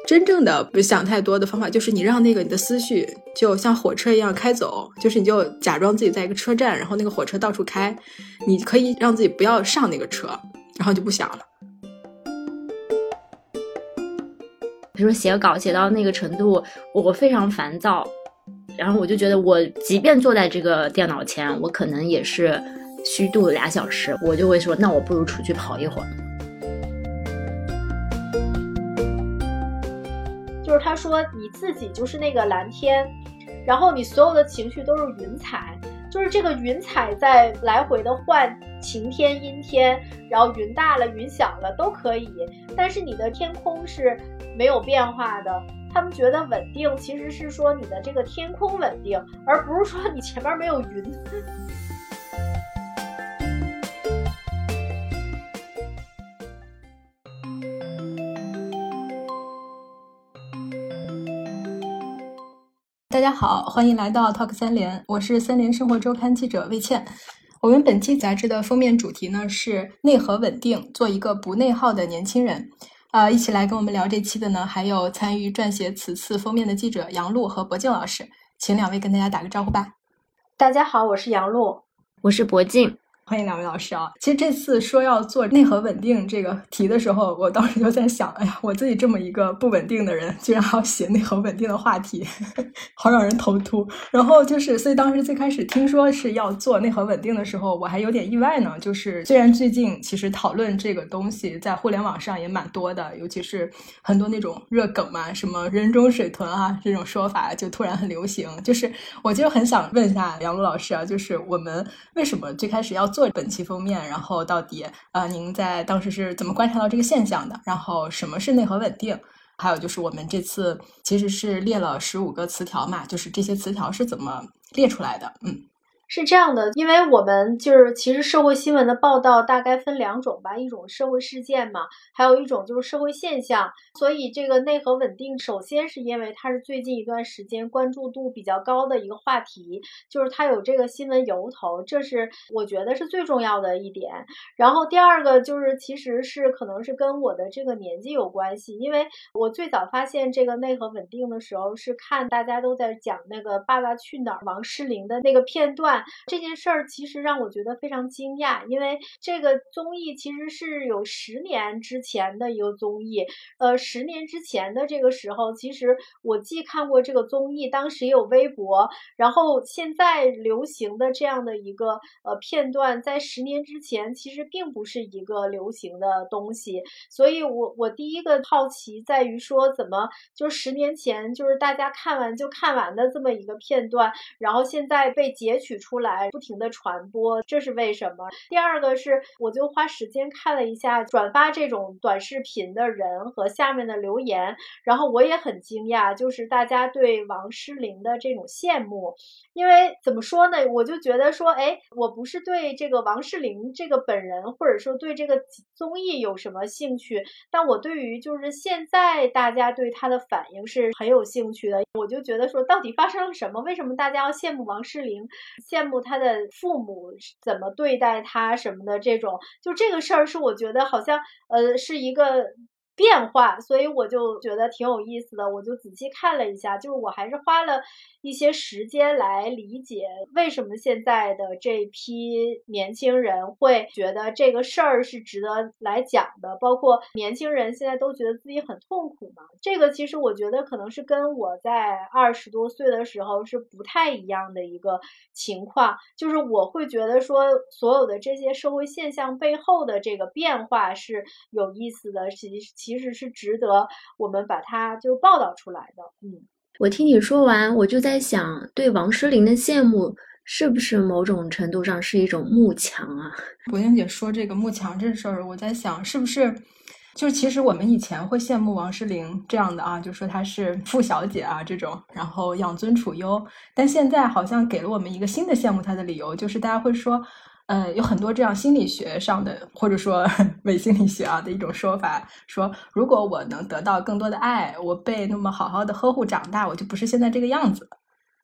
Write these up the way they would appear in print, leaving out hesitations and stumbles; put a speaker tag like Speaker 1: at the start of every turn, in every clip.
Speaker 1: 真正的不想太多的方法就是你让你的思绪就像火车一样开走，就是你就假装自己在一个车站，然后那个火车到处开，你可以让自己不要上那个车，然后就不想了。
Speaker 2: 比如说写稿写到那个程度，我非常烦躁，然后我就觉得我即便坐在这个电脑前，我可能也是虚度2小时，我就会说那我不如出去跑一会儿。
Speaker 3: 就是他说你自己就是那个蓝天，然后你所有的情绪都是云彩，就是这个云彩在来回的换晴天阴天，然后云大了云小了都可以，但是你的天空是没有变化的。他们觉得稳定其实是说你的这个天空稳定，而不是说你前面没有云。
Speaker 1: 大家好，欢迎来到 Talk 三联，我是三联生活周刊记者魏倩。我们本期杂志的封面主题呢是内核稳定，做一个不内耗的年轻人。一起来跟我们聊这期的呢，还有参与撰写此次封面的记者杨璐和博静老师，请两位跟大家打个招呼吧。
Speaker 3: 大家好，我是杨璐，
Speaker 2: 我是博静。
Speaker 1: 欢迎两位老师啊！其实这次说要做内核稳定这个题的时候，我当时就在想，哎呀，我自己这么一个不稳定的人，居然还要写内核稳定的话题，好让人头秃。然后就是，所以当时最开始听说是要做内核稳定的时候，我还有点意外呢。就是虽然最近其实讨论这个东西在互联网上也蛮多的，尤其是很多那种热梗嘛，什么人中水豚啊这种说法就突然很流行。就是我就很想问一下杨璐老师啊，就是我们为什么最开始要做本期封面，然后到底您在当时是怎么观察到这个现象的，然后什么是内核稳定，还有就是我们这次其实是列了15个词条嘛，就是这些词条是怎么列出来的。
Speaker 3: 是这样的，因为我们就是其实社会新闻的报道大概分2种吧，一种社会事件嘛，还有一种就是社会现象。所以这个内核稳定首先是因为它是最近一段时间关注度比较高的一个话题，就是它有这个新闻由头，这是我觉得是最重要的一点。然后第二个就是其实是可能是跟我的这个年纪有关系，因为我最早发现这个内核稳定的时候是看大家都在讲那个爸爸去哪儿王诗龄的那个片段，这件事儿其实让我觉得非常惊讶，因为这个综艺其实是有10年之前的一个综艺，10年之前的这个时候，其实我既看过这个综艺，当时也有微博，然后现在流行的这样的一个片段，在10年之前其实并不是一个流行的东西，所以我第一个好奇在于说，怎么就是10年前就是大家看完就看完的这么一个片段，然后现在被截取出来不停的传播，这是为什么？第二个是我就花时间看了一下转发这种短视频的人和下面的留言，然后我也很惊讶，就是大家对王诗龄的这种羡慕。因为怎么说呢，我就觉得说，哎，我不是对这个王诗龄这个本人或者说对这个综艺有什么兴趣，但我对于就是现在大家对他的反应是很有兴趣的。我就觉得说到底发生了什么，为什么大家要羡慕王诗龄，羡慕他的父母怎么对待他什么的，这种就这个事儿是我觉得好像是一个变化，所以我就觉得挺有意思的，我就仔细看了一下，就是我还是花了一些时间来理解为什么现在的这批年轻人会觉得这个事儿是值得来讲的，包括年轻人现在都觉得自己很痛苦嘛，这个其实我觉得可能是跟我在20多岁的时候是不太一样的一个情况，就是我会觉得说所有的这些社会现象背后的这个变化是有意思的，其实是值得我们把它就是报道出来的。
Speaker 2: 我听你说完，我就在想，对王诗龄的羡慕是不是某种程度上是一种慕强啊？
Speaker 1: 博静姐说这个慕强这事儿，我在想是不是就是其实我们以前会羡慕王诗龄这样的啊，就说她是富小姐啊这种，然后养尊处优，但现在好像给了我们一个新的羡慕她的理由，就是大家会说有很多这样心理学上的或者说伪心理学啊的一种说法，说如果我能得到更多的爱，我被那么好好的呵护长大，我就不是现在这个样子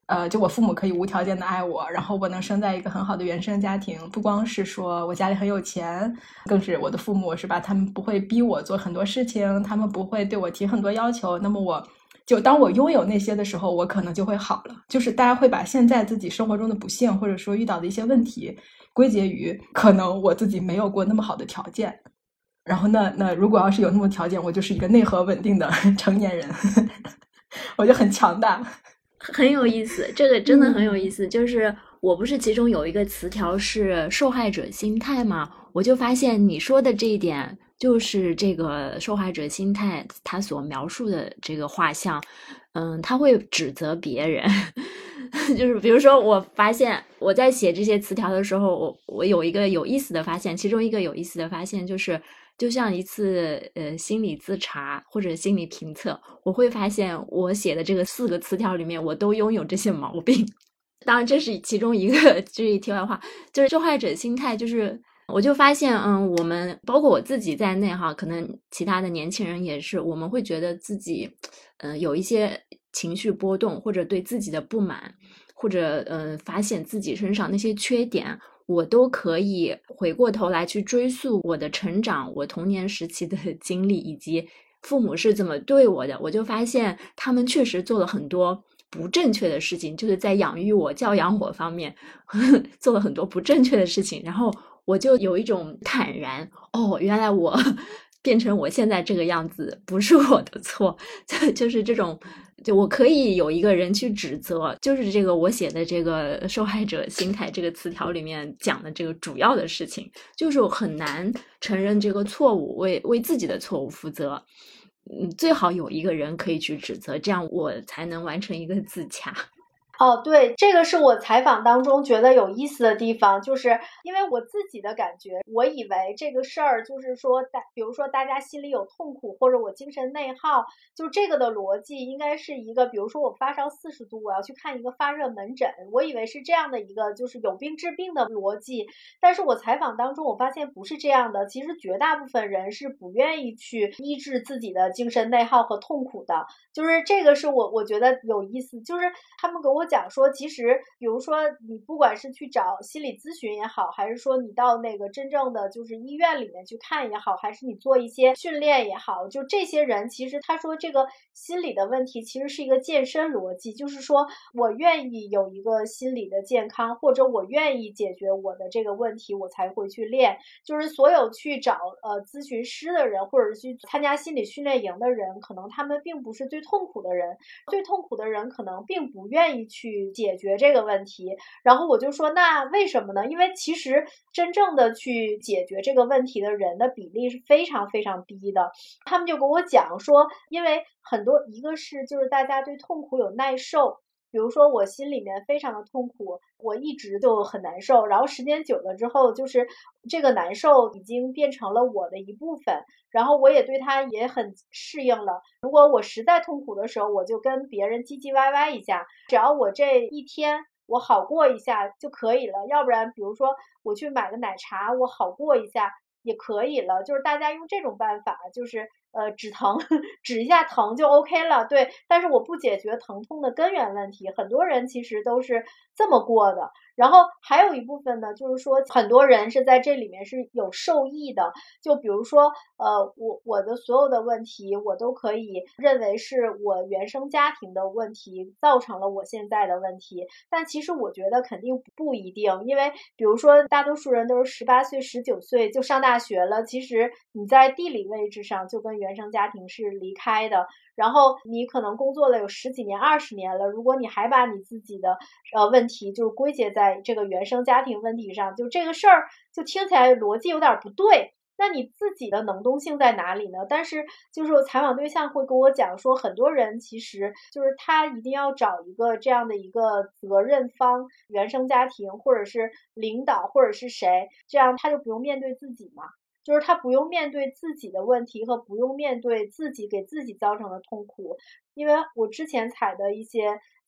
Speaker 1: 就我父母可以无条件的爱我，然后我能生在一个很好的原生家庭，不光是说我家里很有钱，更是我的父母是吧，他们不会逼我做很多事情，他们不会对我提很多要求，那么当我拥有那些的时候，我可能就会好了。就是大家会把现在自己生活中的不幸或者说遇到的一些问题归结于可能我自己没有过那么好的条件，然后那如果要是有那么条件，我就是一个内核稳定的成年人我就很强大。
Speaker 2: 很有意思，这个真的很有意思。就是我不是其中有一个词条是受害者心态吗？我就发现你说的这一点就是这个受害者心态他所描述的这个画像。他会指责别人就是比如说我发现我在写这些词条的时候，我有一个有意思的发现，其中一个有意思的发现就是就像一次心理自查或者心理评测，我会发现我写的这个4个词条里面我都拥有这些毛病。当然这是其中一个，这是题外话。就是受害者心态，就是我就发现我们包括我自己在内哈，可能其他的年轻人也是，我们会觉得自己有一些情绪波动，或者对自己的不满，或者发现自己身上那些缺点，我都可以回过头来去追溯我的成长，我童年时期的经历，以及父母是怎么对我的。我就发现他们确实做了很多不正确的事情，就是在养育我、教养我方面做了很多不正确的事情，然后我就有一种坦然，原来我变成我现在这个样子不是我的错，就是这种，就我可以有一个人去指责，就是这个我写的这个受害者心态这个词条里面讲的这个主要的事情，就是我很难承认这个错误，为自己的错误负责。最好有一个人可以去指责，这样我才能完成一个自洽。
Speaker 3: 对，这个是我采访当中觉得有意思的地方，就是因为我自己的感觉，我以为这个事儿就是说比如说大家心里有痛苦，或者我精神内耗，就这个的逻辑应该是一个，比如说我发烧40度，我要去看一个发热门诊，我以为是这样的一个就是有病治病的逻辑，但是我采访当中我发现不是这样的，其实绝大部分人是不愿意去医治自己的精神内耗和痛苦的，就是这个是我觉得有意思，就是他们给我讲说，其实比如说你不管是去找心理咨询也好，还是说你到那个真正的就是医院里面去看也好，还是你做一些训练也好，就这些人其实他说这个心理的问题其实是一个健身逻辑，就是说我愿意有一个心理的健康，或者我愿意解决我的这个问题，我才会去练。就是所有去找咨询师的人，或者去参加心理训练营的人，可能他们并不是最痛苦的人，最痛苦的人可能并不愿意去解决这个问题。然后我就说那为什么呢？因为其实真正的去解决这个问题的人的比例是非常非常低的。他们就跟我讲说，因为很多一个是就是大家对痛苦有耐受，比如说我心里面非常的痛苦，我一直就很难受，然后时间久了之后，就是这个难受已经变成了我的一部分，然后我也对它也很适应了。如果我实在痛苦的时候，我就跟别人唧唧歪歪一下，只要我这一天我好过一下就可以了，要不然比如说我去买个奶茶，我好过一下也可以了，就是大家用这种办法，就是止疼止一下疼就 OK 了，对，但是我不解决疼痛的根源问题，很多人其实都是这么过的。然后还有一部分呢，就是说很多人是在这里面是有受益的，就比如说我的所有的问题我都可以认为是我原生家庭的问题造成了我现在的问题，但其实我觉得肯定不一定，因为比如说大多数人都是18岁19岁就上大学了，其实你在地理位置上就跟原生家庭是离开的，然后你可能工作了有10几年20年了，如果你还把你自己的问题就是归结在这个原生家庭问题上，就这个事儿就听起来逻辑有点不对，那你自己的能动性在哪里呢？但是就是采访对象会跟我讲说，很多人其实就是他一定要找一个这样的一个责任方，原生家庭或者是领导或者是谁，这样他就不用面对自己嘛，就是他不用面对自己的问题和不用面对自己给自己造成的痛苦。因为我之前采的一些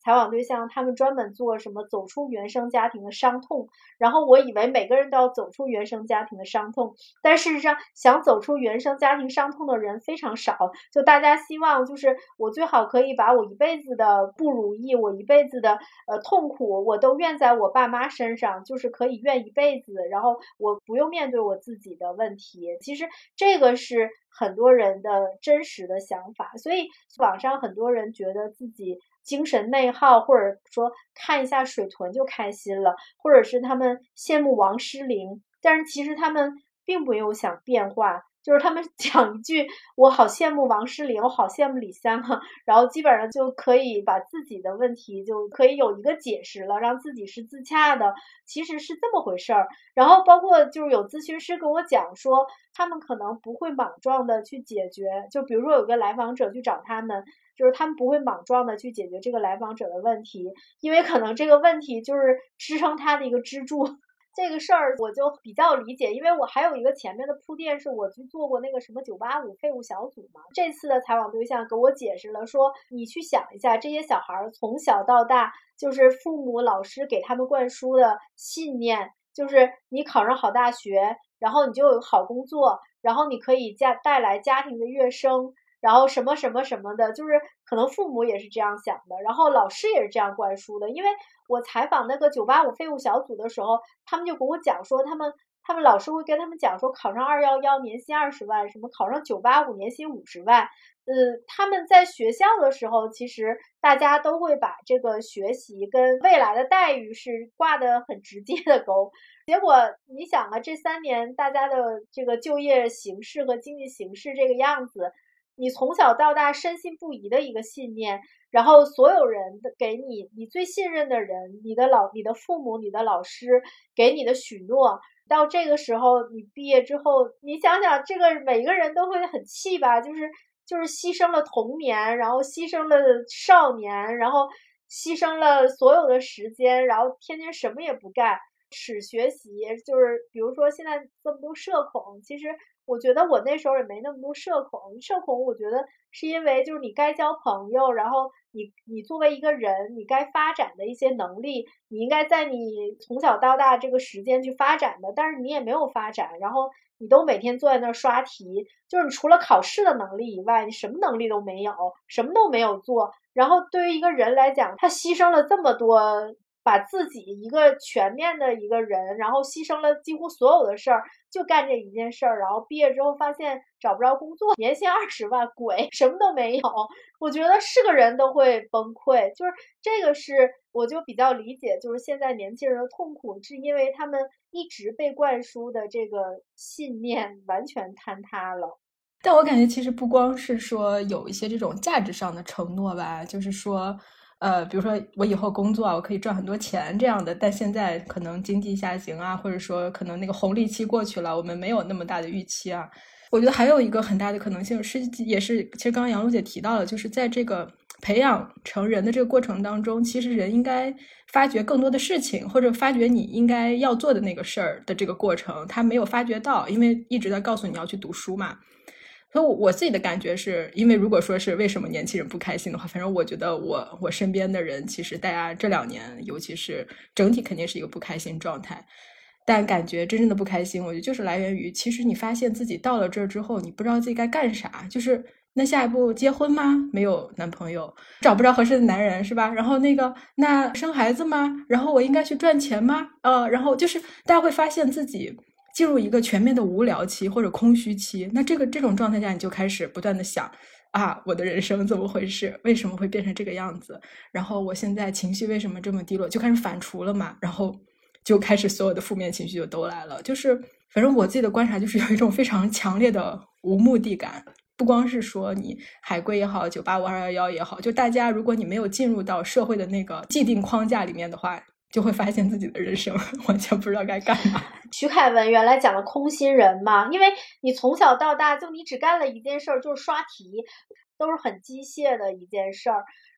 Speaker 3: 采访对象他们专门做什么走出原生家庭的伤痛，然后我以为每个人都要走出原生家庭的伤痛，但事实上想走出原生家庭伤痛的人非常少，就大家希望就是我最好可以把我一辈子的不如意，我一辈子的痛苦我都怨在我爸妈身上，就是可以怨一辈子，然后我不用面对我自己的问题。其实这个是很多人的真实的想法，所以网上很多人觉得自己精神内耗，或者说看一下水豚就开心了，或者是他们羡慕王诗龄，但是其实他们并没有想变化，就是他们讲一句我好羡慕王诗龄，我好羡慕李湘啊，然后基本上就可以把自己的问题就可以有一个解释了，让自己是自洽的，其实是这么回事儿。然后包括就是有咨询师跟我讲说，他们可能不会莽撞的去解决，就比如说有个来访者去找他们，就是他们不会莽撞的去解决这个来访者的问题，因为可能这个问题就是支撑他的一个支柱。这个事儿我就比较理解，因为我还有一个前面的铺垫，是我去做过那个什么985废物小组嘛。这次的采访对象给我解释了说，你去想一下，这些小孩从小到大，就是父母老师给他们灌输的信念，就是你考上好大学，然后你就有好工作，然后你可以带来家庭的跃升，然后什么什么什么的，就是可能父母也是这样想的，然后老师也是这样灌输的。因为我采访那个985废物小组的时候，他们就跟我讲说，他们老师会跟他们讲说，考上211年薪20万，什么考上985年薪50万。他们在学校的时候，其实大家都会把这个学习跟未来的待遇是挂得很直接的钩。结果你想啊，这3年大家的这个就业形势和经济形势这个样子，你从小到大深信不疑的一个信念，然后所有人给你最信任的人，你的父母，你的老师给你的许诺，到这个时候你毕业之后，你想想这个每个人都会很气吧，就是牺牲了童年，然后牺牲了少年，然后牺牲了所有的时间，然后天天什么也不干，只学习。就是比如说现在这么多社恐，其实我觉得我那时候也没那么多社恐，我觉得是因为就是你该交朋友，然后你作为一个人，你该发展的一些能力，你应该在你从小到大这个时间去发展的，但是你也没有发展，然后你都每天坐在那儿刷题，就是你除了考试的能力以外，你什么能力都没有，什么都没有做。然后对于一个人来讲，他牺牲了这么多，把自己一个全面的一个人，然后牺牲了几乎所有的事儿，就干这一件事儿，然后毕业之后发现找不着工作，年薪20万，鬼，什么都没有。我觉得是个人都会崩溃，就是这个是我就比较理解，就是现在年轻人的痛苦，是因为他们一直被灌输的这个信念完全坍塌了。
Speaker 1: 但我感觉其实不光是说有一些这种价值上的承诺吧，就是说比如说我以后工作我可以赚很多钱这样的，但现在可能经济下行啊，或者说可能那个红利期过去了，我们没有那么大的预期啊。我觉得还有一个很大的可能性也是其实刚刚杨璐姐提到了，就是在这个培养成人的这个过程当中，其实人应该发掘更多的事情，或者发掘你应该要做的那个事儿的这个过程，他没有发掘到，因为一直在告诉你要去读书嘛。所以我自己的感觉是，因为如果说是为什么年轻人不开心的话，反正我觉得我身边的人，其实大家这2年，尤其是整体肯定是一个不开心状态。但感觉真正的不开心，我觉得就是来源于，其实你发现自己到了这儿之后，你不知道自己该干啥，就是那下一步结婚吗？没有男朋友，找不着合适的男人，是吧？然后那生孩子吗？然后我应该去赚钱吗？然后就是大家会发现自己进入一个全面的无聊期或者空虚期，那这种状态下，你就开始不断的想啊，我的人生怎么回事？为什么会变成这个样子？然后我现在情绪为什么这么低落？就开始反刍了嘛，然后就开始所有的负面情绪就都来了。就是反正我自己的观察就是有一种非常强烈的无目的感，不光是说你海归也好，985、211也好，就大家如果你没有进入到社会的那个既定框架里面的话，就会发现自己的人生完全不知道该干嘛。
Speaker 3: 徐凯文原来讲的空心人嘛，因为你从小到大就你只干了一件事儿，就是刷题，都是很机械的一件事儿。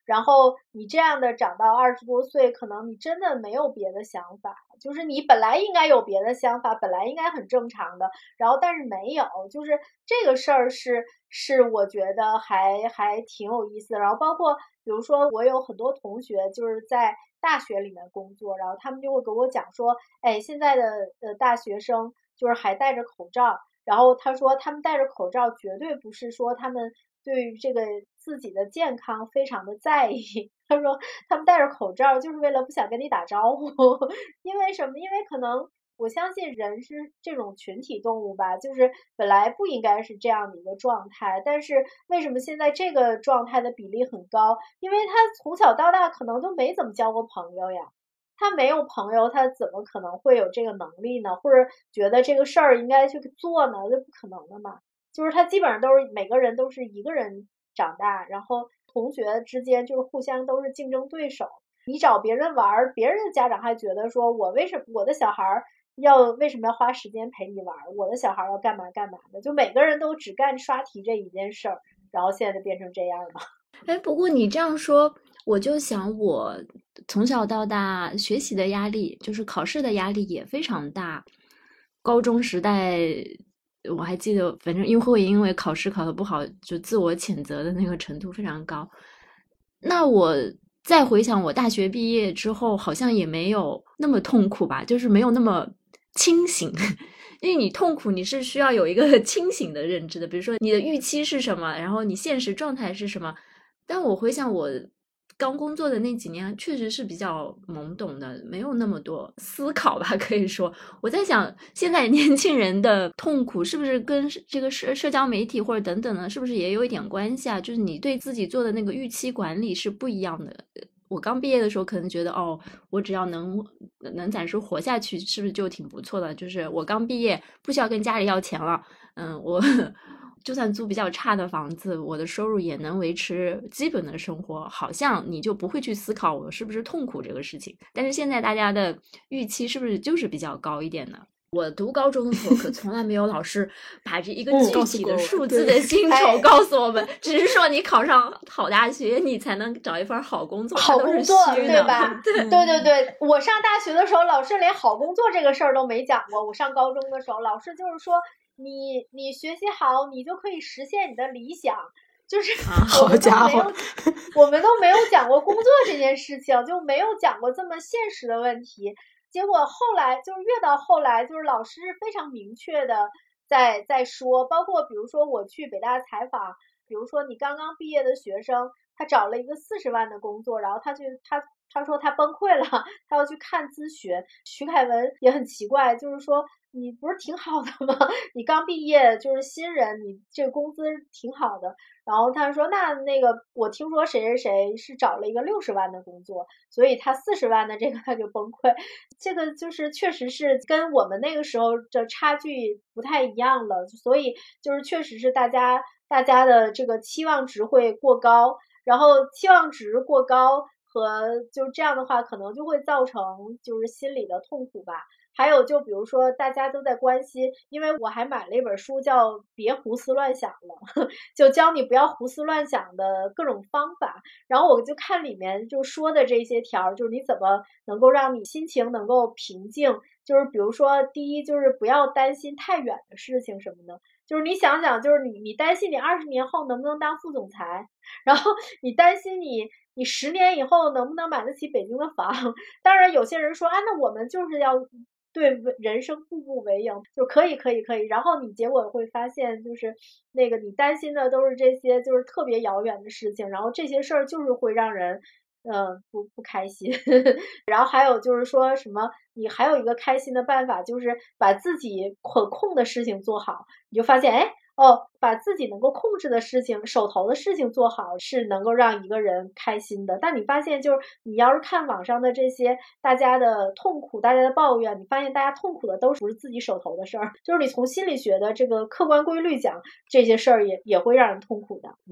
Speaker 3: 然后你这样的长到20多岁，可能你真的没有别的想法，就是你本来应该有别的想法，本来应该很正常的，然后但是没有，就是这个事儿是我觉得还挺有意思的。然后包括比如说我有很多同学就是在大学里面工作，然后他们就会跟我讲说，哎，现在的大学生就是还戴着口罩，然后他说他们戴着口罩绝对不是说他们对于这个自己的健康非常的在意，他说他们戴着口罩就是为了不想跟你打招呼，因为什么？因为可能我相信人是这种群体动物吧，就是本来不应该是这样的一个状态，但是为什么现在这个状态的比例很高？因为他从小到大可能都没怎么交过朋友呀。他没有朋友，他怎么可能会有这个能力呢？或者觉得这个事儿应该去做呢？这不可能的嘛。就是他基本上都是每个人都是一个人长大，然后同学之间就是互相都是竞争对手。你找别人玩，别人的家长还觉得说我为什么我的小孩为什么要花时间陪你玩？我的小孩要干嘛干嘛的？就每个人都只干刷题这一件事儿，然后现在就变成这样了。
Speaker 2: 哎，不过你这样说，我就想我从小到大学习的压力，就是考试的压力也非常大。高中时代，我还记得，反正因为考试考得不好，就自我谴责的那个程度非常高。那我再回想我大学毕业之后，好像也没有那么痛苦吧，就是没有那么清醒。因为你痛苦，你是需要有一个清醒的认知的，比如说你的预期是什么，然后你现实状态是什么。但我回想我刚工作的那几年，确实是比较懵懂的，没有那么多思考吧，可以说。我在想，现在年轻人的痛苦是不是跟这个社交媒体或者等等呢，是不是也有一点关系啊？就是你对自己做的那个预期管理是不一样的。我刚毕业的时候可能觉得，哦，我只要能暂时活下去，是不是就挺不错的？就是我刚毕业，不需要跟家里要钱了，我就算租比较差的房子，我的收入也能维持基本的生活，好像你就不会去思考我是不是痛苦这个事情。但是现在大家的预期是不是就是比较高一点呢？我读高中的时候可从来没有老师把这一个具体的数字的薪酬告诉我们，只是说你考上好大学，你才能找一份好工作。
Speaker 3: 好工作，对吧？对，我上大学的时候，老师连好工作这个事儿都没讲过。我上高中的时候，老师就是说，你学习好，你就可以实现你的理想。就是
Speaker 1: 好家伙，
Speaker 3: 我们都没有讲过工作这件事情，就没有讲过这么现实的问题。结果后来就是越到后来，就是老师非常明确的在说，包括比如说我去北大采访，比如说你刚刚毕业的学生，他找了一个40万的工作，然后他说他崩溃了，他要去看咨询。徐凯文也很奇怪，就是说你不是挺好的吗？你刚毕业就是新人，你这个工资挺好的。然后他说那个我听说谁是找了一个60万的工作，所以他40万的这个他就崩溃。这个就是确实是跟我们那个时候的差距不太一样了，所以就是确实是大家的这个期望值会过高，然后期望值过高和就这样的话可能就会造成就是心理的痛苦吧。还有就比如说大家都在关心，因为我还买了一本书叫《别胡思乱想了》，就教你不要胡思乱想的各种方法。然后我就看里面就说的这些条，就是你怎么能够让你心情能够平静。就是比如说第一就是不要担心太远的事情什么的，就是你想想，就是你担心你20年后能不能当副总裁，然后你担心你10年以后能不能买得起北京的房。当然有些人说啊，那我们就是要对人生步步为营，就可以，然后你结果会发现，就是那个你担心的都是这些就是特别遥远的事情，然后这些事儿就是会让人不开心。然后还有就是说什么，你还有一个开心的办法，就是把自己可控的事情做好，你就发现哎。把自己能够控制的事情，手头的事情做好，是能够让一个人开心的。但你发现，就是你要是看网上的这些大家的痛苦、大家的抱怨，你发现大家痛苦的都不是自己手头的事儿，就是你从心理学的这个客观规律讲，这些事儿也会让人痛苦的。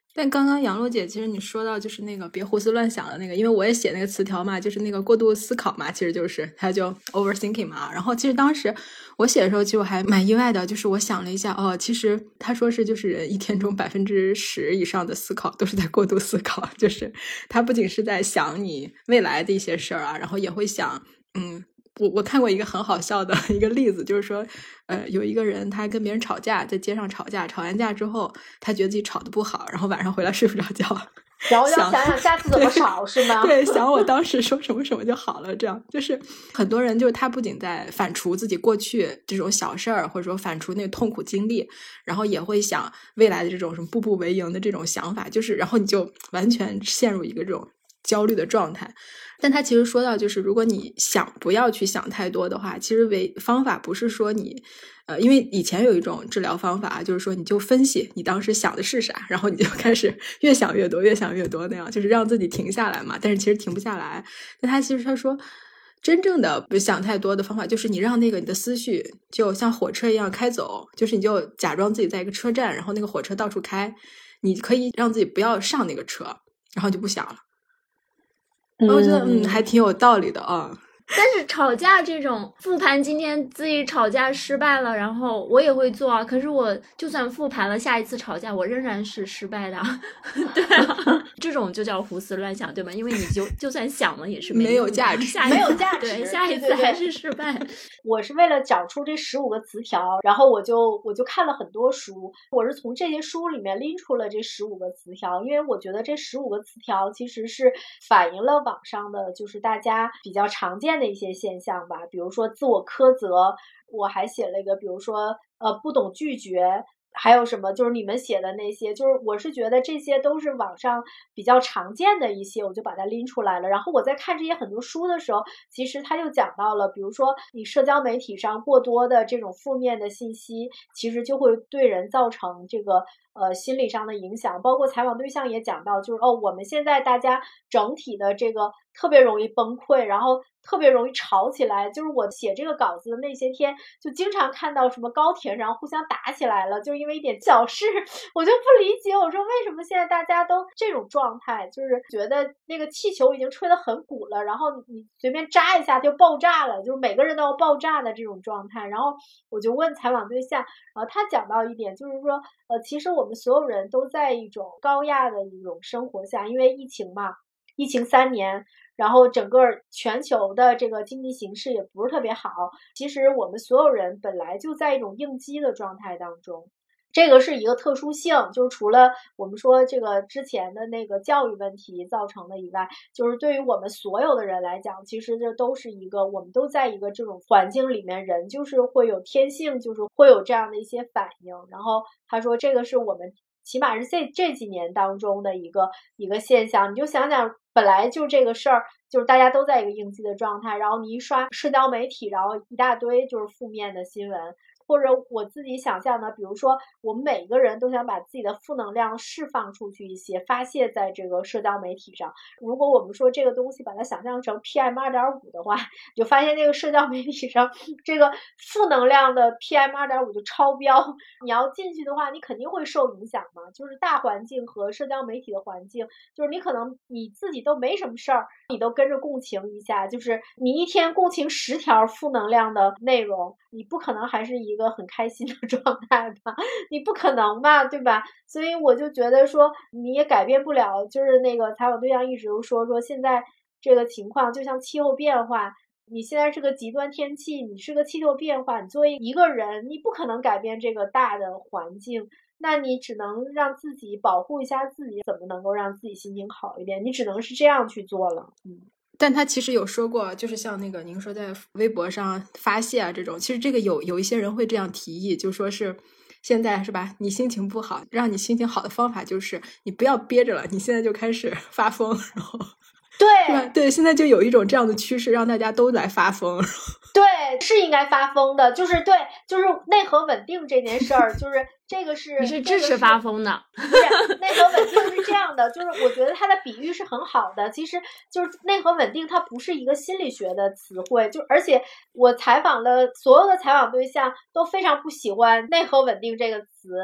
Speaker 1: 但刚刚杨璐姐，其实你说到就是那个别胡思乱想的那个，因为我也写那个词条嘛，就是那个过度思考嘛，其实就是它就 overthinking 嘛。然后其实当时我写的时候，其实我还蛮意外的，就是我想了一下，哦，其实他说是就是人一天中10%以上的思考都是在过度思考，就是他不仅是在想你未来的一些事儿啊，然后也会想，我看过一个很好笑的一个例子，就是说，有一个人他跟别人吵架，在街上吵架，吵完架之后，他觉得自己吵得不好，然后晚上回来睡不着觉，
Speaker 3: 然后要想想下次怎么吵是吗？
Speaker 1: 对，想我当时说什么什么就好了，这样就是很多人就是他不仅在反刍自己过去这种小事儿，或者说反刍那个痛苦经历，然后也会想未来的这种什么步步为营的这种想法，就是然后你就完全陷入一个这种焦虑的状态。但他其实说到，就是如果你想不要去想太多的话，其实方法不是说你，因为以前有一种治疗方法，就是说你就分析你当时想的是啥，然后你就开始越想越多，越想越多那样，就是让自己停下来嘛。但是其实停不下来。但他说，真正的不想太多的方法，就是你让那个你的思绪就像火车一样开走，就是你就假装自己在一个车站，然后那个火车到处开，你可以让自己不要上那个车，然后就不想了。我觉得还挺有道理的啊。
Speaker 2: 但是吵架这种复盘，今天自己吵架失败了，然后我也会做啊。可是我就算复盘了，下一次吵架我仍然是失败的。对啊，这种就叫胡思乱想，对吗？因为你就算想了也是
Speaker 1: 没有价值，
Speaker 3: 没有价值，
Speaker 2: 对，下一次还是失败。
Speaker 3: 我是为了找出这15个词条，然后我就看了很多书，我是从这些书里面拎出了这15个词条，因为我觉得这15个词条其实是反映了网上的就是大家比较常见的一些现象吧，比如说自我苛责，我还写了一个，比如说不懂拒绝。还有什么就是你们写的那些，就是我是觉得这些都是网上比较常见的一些，我就把它拎出来了。然后我在看这些很多书的时候，其实他就讲到了，比如说你社交媒体上过多的这种负面的信息，其实就会对人造成这个心理上的影响。包括采访对象也讲到，就是我们现在大家整体的这个特别容易崩溃，然后特别容易吵起来。就是我写这个稿子的那些天，就经常看到什么高铁上互相打起来了，就因为一点小事，我就不理解，我说为什么现在大家都这种状态，就是觉得那个气球已经吹得很鼓了，然后你随便扎一下就爆炸了，就是每个人都要爆炸的这种状态。然后我就问采访对象，然后他讲到一点，就是说其实我们所有人都在一种高压的一种生活下，因为疫情嘛，疫情3年，然后整个全球的这个经济形势也不是特别好，其实我们所有人本来就在一种应激的状态当中。这个是一个特殊性，就是除了我们说这个之前的那个教育问题造成的以外，就是对于我们所有的人来讲，其实这都是一个我们都在一个这种环境里面，人就是会有天性，就是会有这样的一些反应。然后他说这个是我们起码是这几年当中的一个现象。你就想想，本来就这个事儿，就是大家都在一个应激的状态，然后你一刷社交媒体，然后一大堆就是负面的新闻。或者我自己想象的，比如说我们每个人都想把自己的负能量释放出去一些，发泄在这个社交媒体上。如果我们说这个东西把它想象成 PM2.5 的话，你就发现这个社交媒体上这个负能量的 PM2.5 就超标。你要进去的话，你肯定会受影响嘛，就是大环境和社交媒体的环境，就是你可能你自己都没什么事儿，你都跟着共情一下，就是你一天共情10条负能量的内容，你不可能还是一个很开心的状态吧，你不可能吧，对吧？所以我就觉得说你也改变不了，就是那个采访对象一直说现在这个情况就像气候变化，你现在是个极端天气，你是个气候变化，你作为一个人，你不可能改变这个大的环境，那你只能让自己保护一下自己，怎么能够让自己心情好一点？你只能是这样去做了。
Speaker 1: 但他其实有说过，就是像那个您说在微博上发泄啊这种，其实这个有一些人会这样提议，就说是现在是吧，你心情不好，让你心情好的方法就是你不要憋着了，你现在就开始发疯，然后
Speaker 3: 对
Speaker 1: 对，现在就有一种这样的趋势，让大家都来发疯。
Speaker 3: 对，是应该发疯的，就是对，就是内核稳定这件事儿，就是这个是
Speaker 2: 你是支持发疯的，
Speaker 3: 不是内核稳定是这样的，就是我觉得它的比喻是很好的。其实就是内核稳定，它不是一个心理学的词汇，就而且我采访了所有的采访对象都非常不喜欢内核稳定这个词。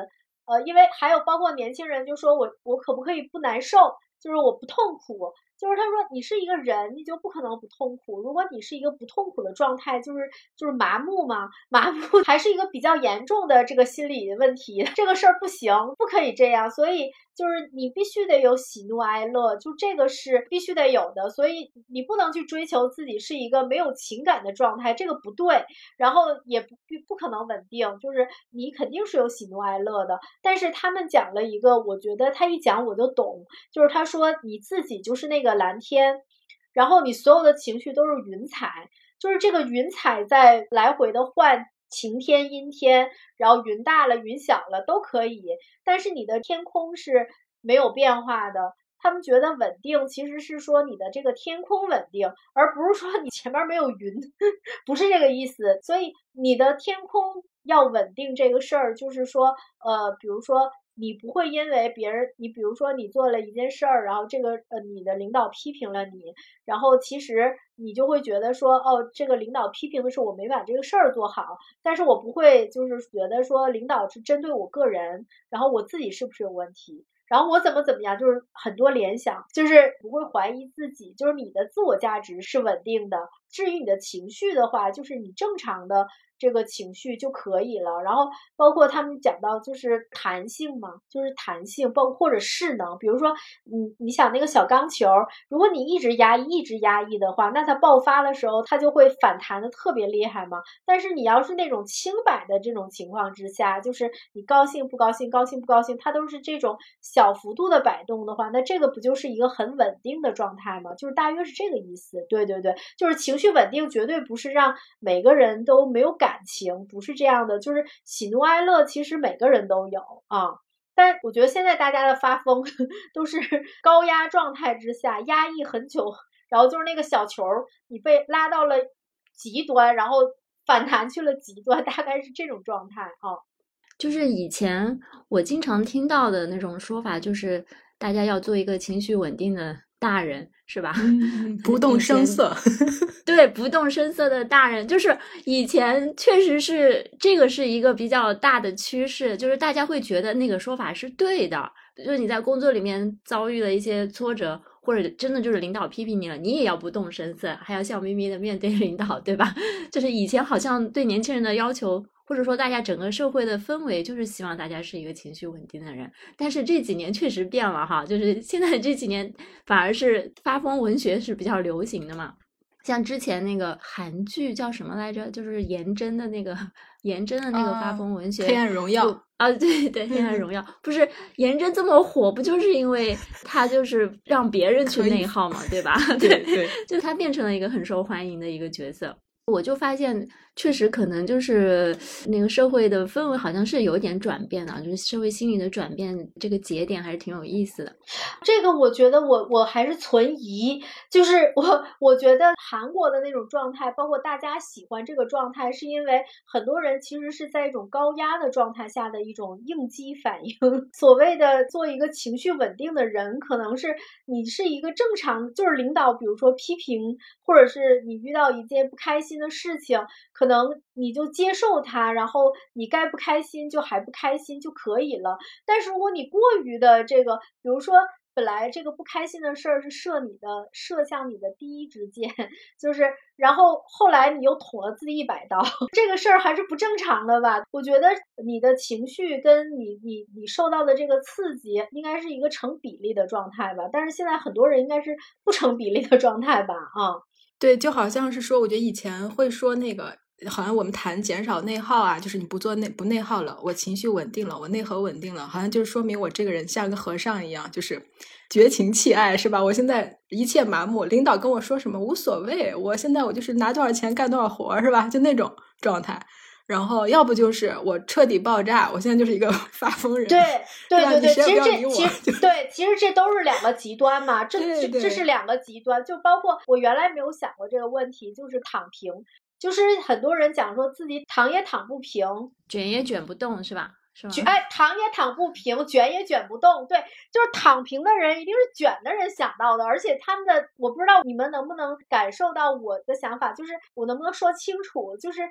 Speaker 3: 因为还有包括年轻人就说我可不可以不难受，就是我不痛苦。就是他说你是一个人，你就不可能不痛苦。如果你是一个不痛苦的状态，就是麻木嘛，麻木还是一个比较严重的这个心理问题。这个事儿不行，不可以这样。所以就是你必须得有喜怒哀乐，就这个是必须得有的。所以你不能去追求自己是一个没有情感的状态，这个不对。然后也不可能稳定，就是你肯定是有喜怒哀乐的。但是他们讲了一个，我觉得他一讲我就懂，就是他说你自己就是那个蓝天，然后你所有的情绪都是云彩，就是这个云彩在来回的换晴天阴天，然后云大了云小了都可以，但是你的天空是没有变化的。他们觉得稳定其实是说你的这个天空稳定，而不是说你前面没有云，不是这个意思。所以你的天空要稳定这个事儿，就是说比如说你不会因为别人，你比如说你做了一件事儿，然后这个你的领导批评了你，然后其实你就会觉得说这个领导批评的是我没把这个事儿做好，但是我不会就是觉得说领导是针对我个人，然后我自己是不是有问题，然后我怎么样，就是很多联想，就是不会怀疑自己，就是你的自我价值是稳定的。至于你的情绪的话，就是你正常的这个情绪就可以了。然后包括他们讲到就是弹性嘛，就是弹性，包括或者势能。比如说你想那个小钢球，如果你一直压抑的话，那它爆发的时候它就会反弹的特别厉害嘛。但是你要是那种轻摆的这种情况之下，就是你高兴不高兴，高兴不高兴，它都是这种小幅度的摆动的话，那这个不就是一个很稳定的状态吗？就是大约是这个意思。对对对，就是情绪稳定绝对不是让每个人都没有感情，不是这样的。就是喜怒哀乐其实每个人都有啊。但我觉得现在大家的发疯都是高压状态之下压抑很久，然后就是那个小球你被拉到了极端，然后反弹去了极端，大概是这种状态啊。
Speaker 2: 就是以前我经常听到的那种说法，就是大家要做一个情绪稳定的大人，是吧？
Speaker 1: 不动声色。
Speaker 2: 对，不动声色的大人，就是以前确实是这个是一个比较大的趋势，就是大家会觉得那个说法是对的。就是你在工作里面遭遇了一些挫折，或者真的就是领导批评你了，你也要不动声色，还要笑眯眯的面对领导，对吧？就是以前好像对年轻人的要求，或者说大家整个社会的氛围，就是希望大家是一个情绪稳定的人。但是这几年确实变了哈，就是现在这几年反而是发疯文学是比较流行的嘛。像之前那个韩剧叫什么来着？就是颜真的那个发疯文学《
Speaker 1: 黑暗荣耀》
Speaker 2: 啊，对对，《黑暗荣耀》不是颜真这么火，不就是因为他就是让别人去内耗嘛，对吧？
Speaker 1: 对对，
Speaker 2: 就他变成了一个很受欢迎的一个角色。我就发现，确实可能就是那个社会的氛围好像是有点转变的，就是社会心理的转变，这个节点还是挺有意思的。
Speaker 3: 这个我觉得我还是存疑，就是我觉得韩国的那种状态，包括大家喜欢这个状态，是因为很多人其实是在一种高压的状态下的一种应激反应。所谓的做一个情绪稳定的人，可能是你是一个正常，就是领导比如说批评，或者是你遇到一件不开心的事情，可能你就接受它，然后你该不开心就还不开心就可以了。但是如果你过于的这个，比如说本来这个不开心的事儿是射向你的第一支箭，就是然后后来你又捅了自己100刀，这个事儿还是不正常的吧？我觉得你的情绪跟你受到的这个刺激应该是一个成比例的状态吧，但是现在很多人应该是不成比例的状态吧？啊，
Speaker 1: 对，就好像是说，我觉得以前会说那个，好像我们谈减少内耗啊，就是你不内耗了，我情绪稳定了，我内核稳定了，好像就是说明我这个人像个和尚一样，就是绝情弃爱，是吧？我现在一切麻木，领导跟我说什么无所谓，我现在我就是拿多少钱干多少活，是吧？就那种状态。然后要不就是我彻底爆炸，我现在就是一个发疯人。
Speaker 3: 对，其实这都是两个极端嘛，这是两个极端，就包括我原来没有想过这个问题，就是躺平，就是很多人讲说自己躺也躺不平，
Speaker 2: 卷也卷不动，是吧？
Speaker 3: 躺也躺不平，卷也卷不动。对，就是躺平的人一定是卷的人想到的，而且他们的，我不知道你们能不能感受到我的想法，就是我能不能说清楚，就是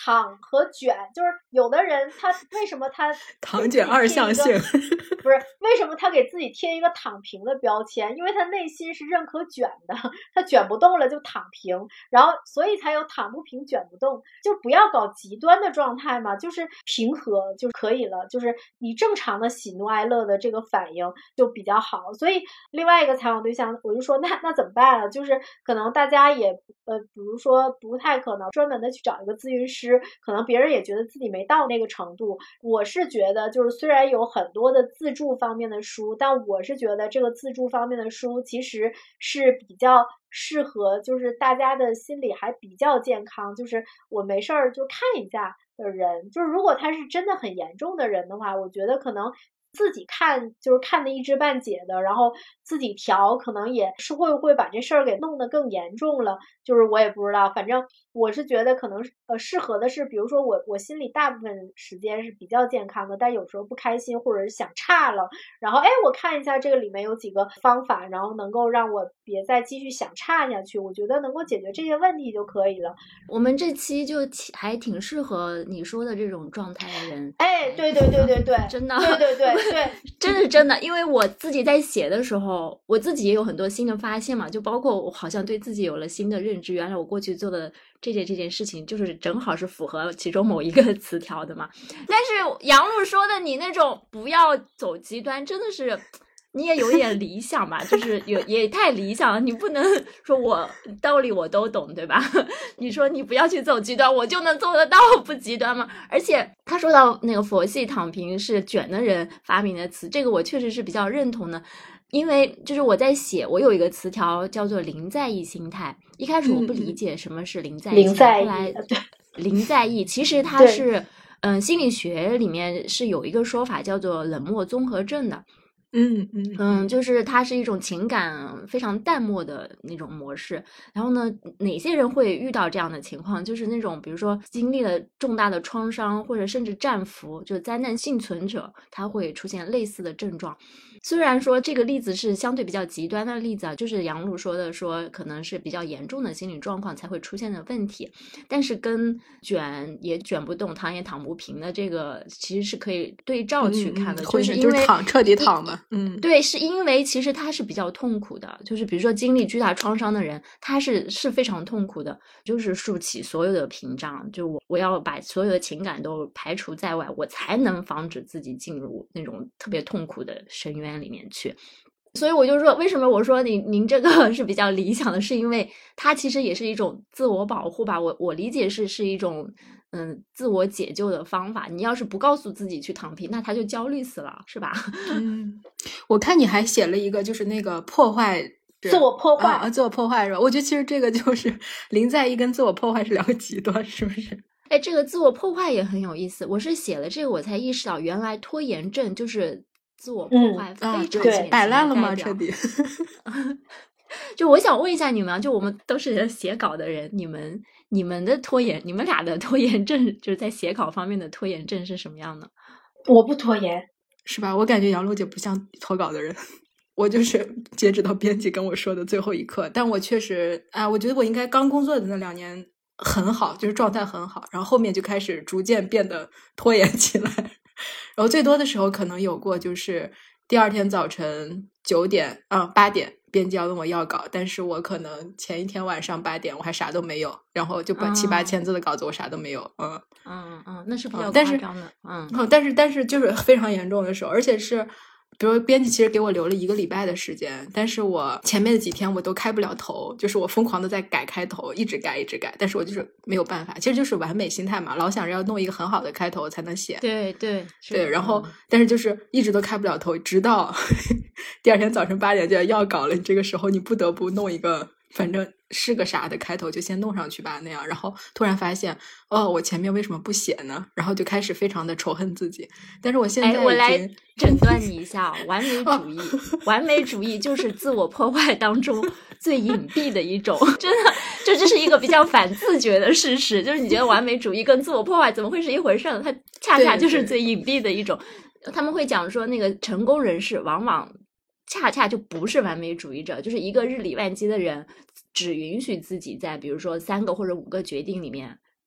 Speaker 3: 躺和卷，就是有的人他为什么他
Speaker 1: 躺卷二向性
Speaker 3: 不是为什么他给自己贴一个躺平的标签？因为他内心是认可卷的，他卷不动了就躺平，然后所以才有躺不平卷不动。就不要搞极端的状态嘛，就是平和就可以了，就是你正常的喜怒哀乐的这个反应就比较好。所以另外一个采访对象我就说那怎么办啊？就是可能大家也比如说不太可能专门的去找一个咨询师，可能别人也觉得自己没到那个程度。我是觉得就是虽然有很多的自助方面的书，但我是觉得这个自助方面的书其实是比较适合就是大家的心理还比较健康，就是我没事儿就看一下的人。就是如果他是真的很严重的人的话，我觉得可能自己看就是看的一知半解的，然后自己调可能也是会不会把这事儿给弄得更严重了，就是我也不知道。反正我是觉得可能适合的是，比如说我心里大部分时间是比较健康的，但有时候不开心或者是想差了，然后我看一下这个里面有几个方法，然后能够让我别再继续想差下去，我觉得能够解决这些问题就可以了。
Speaker 2: 我们这期就还挺适合你说的这种状态的人。
Speaker 3: 对，
Speaker 2: 真的，
Speaker 3: 对，
Speaker 2: 真的是真的。因为我自己在写的时候，我自己也有很多新的发现嘛，就包括我好像对自己有了新的认知，原来我过去做的这件事情就是正好是符合其中某一个词条的嘛。但是杨璐说的你那种不要走极端，真的是你也有点理想吧，就是也太理想了。你不能说我道理我都懂，对吧？你说你不要去走极端，我就能做得到不极端吗？而且他说到那个佛系躺平是卷的人发明的词，这个我确实是比较认同的。因为就是我在写，我有一个词条叫做零在意心态。一开始我不理解什么是零在意心态，后来零在意其实它是心理学里面是有一个说法叫做冷漠综合症的。就是它是一种情感非常淡漠的那种模式。然后呢，哪些人会遇到这样的情况？就是那种比如说经历了重大的创伤，或者甚至战俘，就是灾难幸存者，他会出现类似的症状。虽然说这个例子是相对比较极端的例子啊，就是杨璐说的，说可能是比较严重的心理状况才会出现的问题，但是跟卷也卷不动，躺也躺不平的这个其实是可以对照去看的。就是因为
Speaker 1: 彻底躺嘛。
Speaker 2: 对，是因为其实他是比较痛苦的，就是比如说经历巨大创伤的人，他是非常痛苦的，就是竖起所有的屏障，就我要把所有的情感都排除在外，我才能防止自己进入那种特别痛苦的深渊里面去。所以我就说，为什么我说您这个是比较理想的，是因为它其实也是一种自我保护吧。我理解是一种自我解救的方法。你要是不告诉自己去躺平，那他就焦虑死了，是吧？
Speaker 1: 我看你还写了一个，就是那个破坏。
Speaker 3: 自我破坏
Speaker 1: 自我破坏是吧？我觉得其实这个就是零在意跟自我破坏是两个极端，是不是？
Speaker 2: 这个自我破坏也很有意思。我是写了这个，我才意识到原来拖延症就是自我破坏非常典型的
Speaker 1: 摆烂了吗？彻底。
Speaker 2: 就我想问一下你们，就我们都是写稿的人，你们的拖延，你们俩的拖延症，就是在写稿方面的拖延症是什么样的？
Speaker 3: 我不拖延，
Speaker 1: 是吧？我感觉杨璐姐不像拖稿的人。我就是截止到编辑跟我说的最后一刻，但我确实我觉得我应该刚工作的那2年很好，就是状态很好，然后后面就开始逐渐变得拖延起来。然后最多的时候可能有过，就是第二天早晨8点编辑要问我要稿，但是我可能前一天晚上8点我还啥都没有，然后就把7、8千字的稿子我啥都没有。
Speaker 2: 那是比较夸张的。
Speaker 1: 但是就是非常严重的时候，而且是比如编辑其实给我留了1个礼拜的时间，但是我前面的几天我都开不了头，就是我疯狂的在改开头，一直改，但是我就是没有办法，其实就是完美心态嘛，老想着要弄一个很好的开头才能写。
Speaker 2: 对，
Speaker 1: 然后但是就是一直都开不了头，直到第二天早晨8点就要稿了，这个时候你不得不弄一个反正是个啥的开头，就先弄上去吧那样，然后突然发现我前面为什么不写呢？然后就开始非常的仇恨自己。但是我现在
Speaker 2: 我来诊断你一下完美主义完美主义就是自我破坏当中最隐蔽的一种，真的，这是一个比较反自觉的事实，就是你觉得完美主义跟自我破坏怎么会是一回事呢？它恰恰就是最隐蔽的一种。他们会讲说那个成功人士往往恰恰就不是完美主义者，就是一个日理万机的人只允许自己在比如说3个或者5个决定里面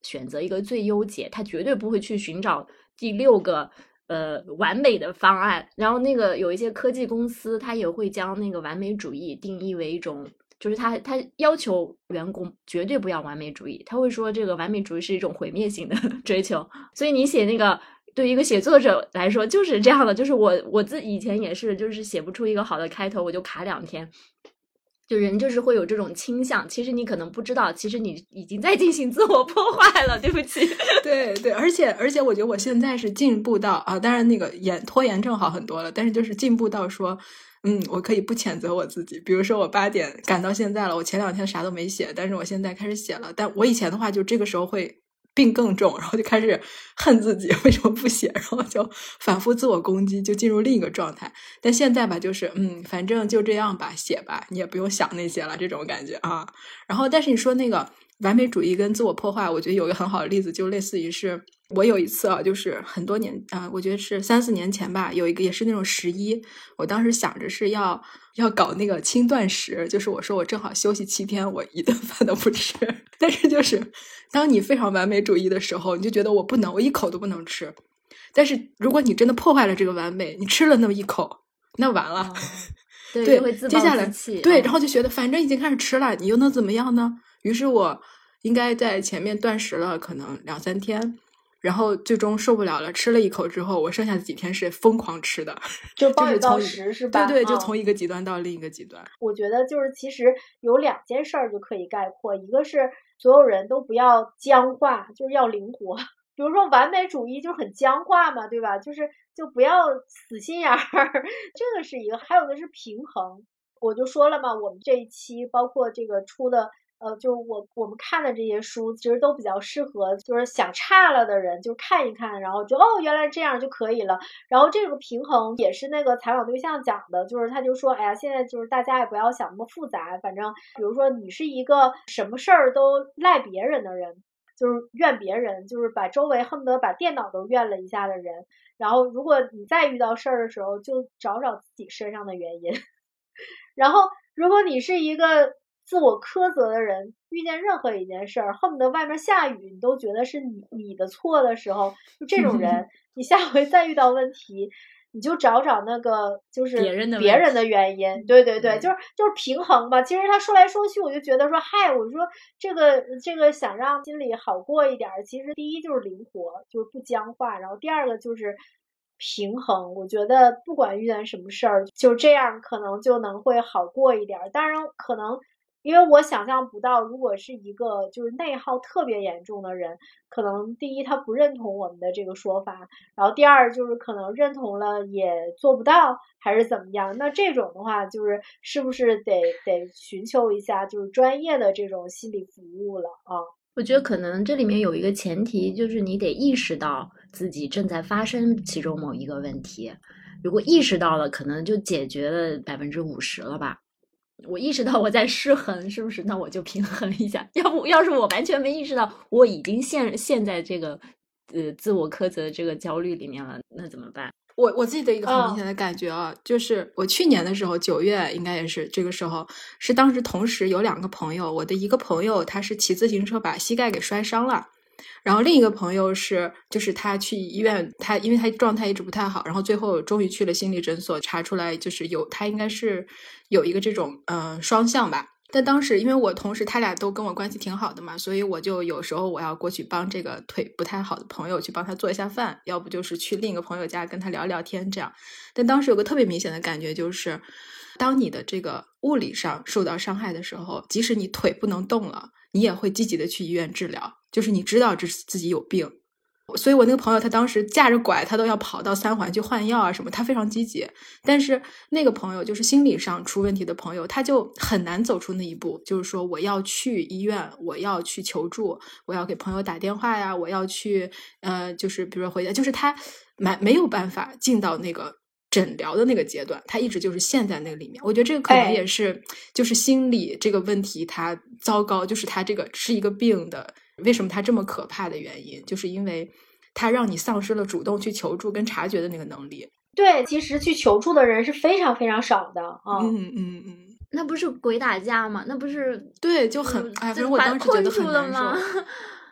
Speaker 2: 选择一个最优解，他绝对不会去寻找第6个完美的方案。然后那个有一些科技公司，他也会将那个完美主义定义为一种，就是他要求员工绝对不要完美主义，他会说这个完美主义是一种毁灭性的追求。所以你写那个对于一个写作者来说就是这样的，就是我自己以前也是，就是写不出一个好的开头我就卡2天。就人就是会有这种倾向，其实你可能不知道，其实你已经在进行自我破坏了，对不起。
Speaker 1: 对对，而且我觉得我现在是进步到啊，当然那个拖延症好很多了，但是就是进步到说我可以不谴责我自己。比如说我8点赶到现在了，我前2天啥都没写，但是我现在开始写了。但我以前的话就这个时候会病更重，然后就开始恨自己为什么不写，然后就反复自我攻击，就进入另一个状态。但现在吧，就是反正就这样吧，写吧，你也不用想那些了，这种感觉啊。然后但是你说那个完美主义跟自我破坏，我觉得有一个很好的例子，就类似于是我有一次啊，就是很多年我觉得是3-4年前吧，有一个也是那种11，我当时想着是要搞那个轻断食，就是我说我正好休息7天，我一顿饭都不吃。但是就是当你非常完美主义的时候，你就觉得我不能，我一口都不能吃。但是如果你真的破坏了这个完美，你吃了那么一口，那完了。
Speaker 2: 对，会自暴自弃。
Speaker 1: 对，然后就觉得反正已经开始吃了，你又能怎么样呢？于是我应该在前面断食了可能2-3天，然后最终受不了了，吃了一口之后，我剩下的几天是疯狂吃的，
Speaker 3: 就暴饮暴食是吧？
Speaker 1: 对，就从一个极端到另一个极端。
Speaker 3: 我觉得就是其实有2件事儿就可以概括，一个是所有人都不要僵化，就是要灵活。比如说完美主义就很僵化嘛，对吧？就不要死心眼儿，这个是一个。还有的是平衡，我就说了嘛，我们这一期包括这个出的就是我们看的这些书，其实都比较适合就是想差了的人就看一看，然后就原来这样就可以了。然后这个平衡也是那个采访对象讲的，就是他就说，哎呀，现在就是大家也不要想那么复杂，反正比如说你是一个什么事儿都赖别人的人，就是怨别人，就是把周围恨不得把电脑都怨了一下的人。然后如果你再遇到事儿的时候，就找自己身上的原因。然后如果你是一个自我苛责的人，遇见任何一件事儿，恨不得外面下雨你都觉得是你的错的时候，就这种人，你下回再遇到问题，你就找那个就是别人的原因。对对对，就是平衡吧。其实他说来说去，我就觉得说，我说这个想让心里好过一点，其实第一就是灵活，就是不僵化，然后第二个就是平衡。我觉得不管遇见什么事儿，就这样可能就能会好过一点。当然可能因为我想象不到，如果是一个就是内耗特别严重的人，可能第一他不认同我们的这个说法，然后第二就是可能认同了也做不到，还是怎么样。那这种的话，就是是不是得寻求一下就是专业的这种心理服务了啊？
Speaker 2: 我觉得可能这里面有一个前提，就是你得意识到自己正在发生其中某一个问题。如果意识到了，可能就解决了50%了吧。我意识到我在失衡，是不是？那我就平衡一下。要是我完全没意识到，我已经陷在这个自我苛责这个焦虑里面了，那怎么办？
Speaker 1: 我自己的一个很明显的感觉就是我去年的时候9月应该也是这个时候，是当时同时有2个朋友，我的一个朋友他是骑自行车把膝盖给摔伤了，然后另一个朋友就是他去医院，因为他状态一直不太好，然后最后终于去了心理诊所，查出来就是他应该是有一个这种双向吧。但当时因为我同时他俩都跟我关系挺好的嘛，所以我就有时候我要过去帮这个腿不太好的朋友去帮他做一下饭，要不就是去另一个朋友家跟他聊聊天这样。但当时有个特别明显的感觉，就是当你的这个物理上受到伤害的时候，即使你腿不能动了，你也会积极的去医院治疗，就是你知道自己有病。所以我那个朋友他当时架着拐，他都要跑到3环去换药啊什么，他非常积极。但是那个朋友就是心理上出问题的朋友，他就很难走出那一步，就是说我要去医院，我要去求助，我要给朋友打电话呀，我要去就是比如说回家，就是他没有办法进到那个诊疗的那个阶段，他一直就是陷在那个里面。我觉得这个可能也是就是心理这个问题它糟糕，就是他这个是一个病的，为什么它这么可怕的原因，就是因为它让你丧失了主动去求助跟察觉的那个能力。
Speaker 3: 对，其实去求助的人是非常非常少的啊。
Speaker 2: 那不是鬼打架吗？那不是
Speaker 3: 嗯
Speaker 2: 对，
Speaker 1: 就很反正我当时觉得很难受。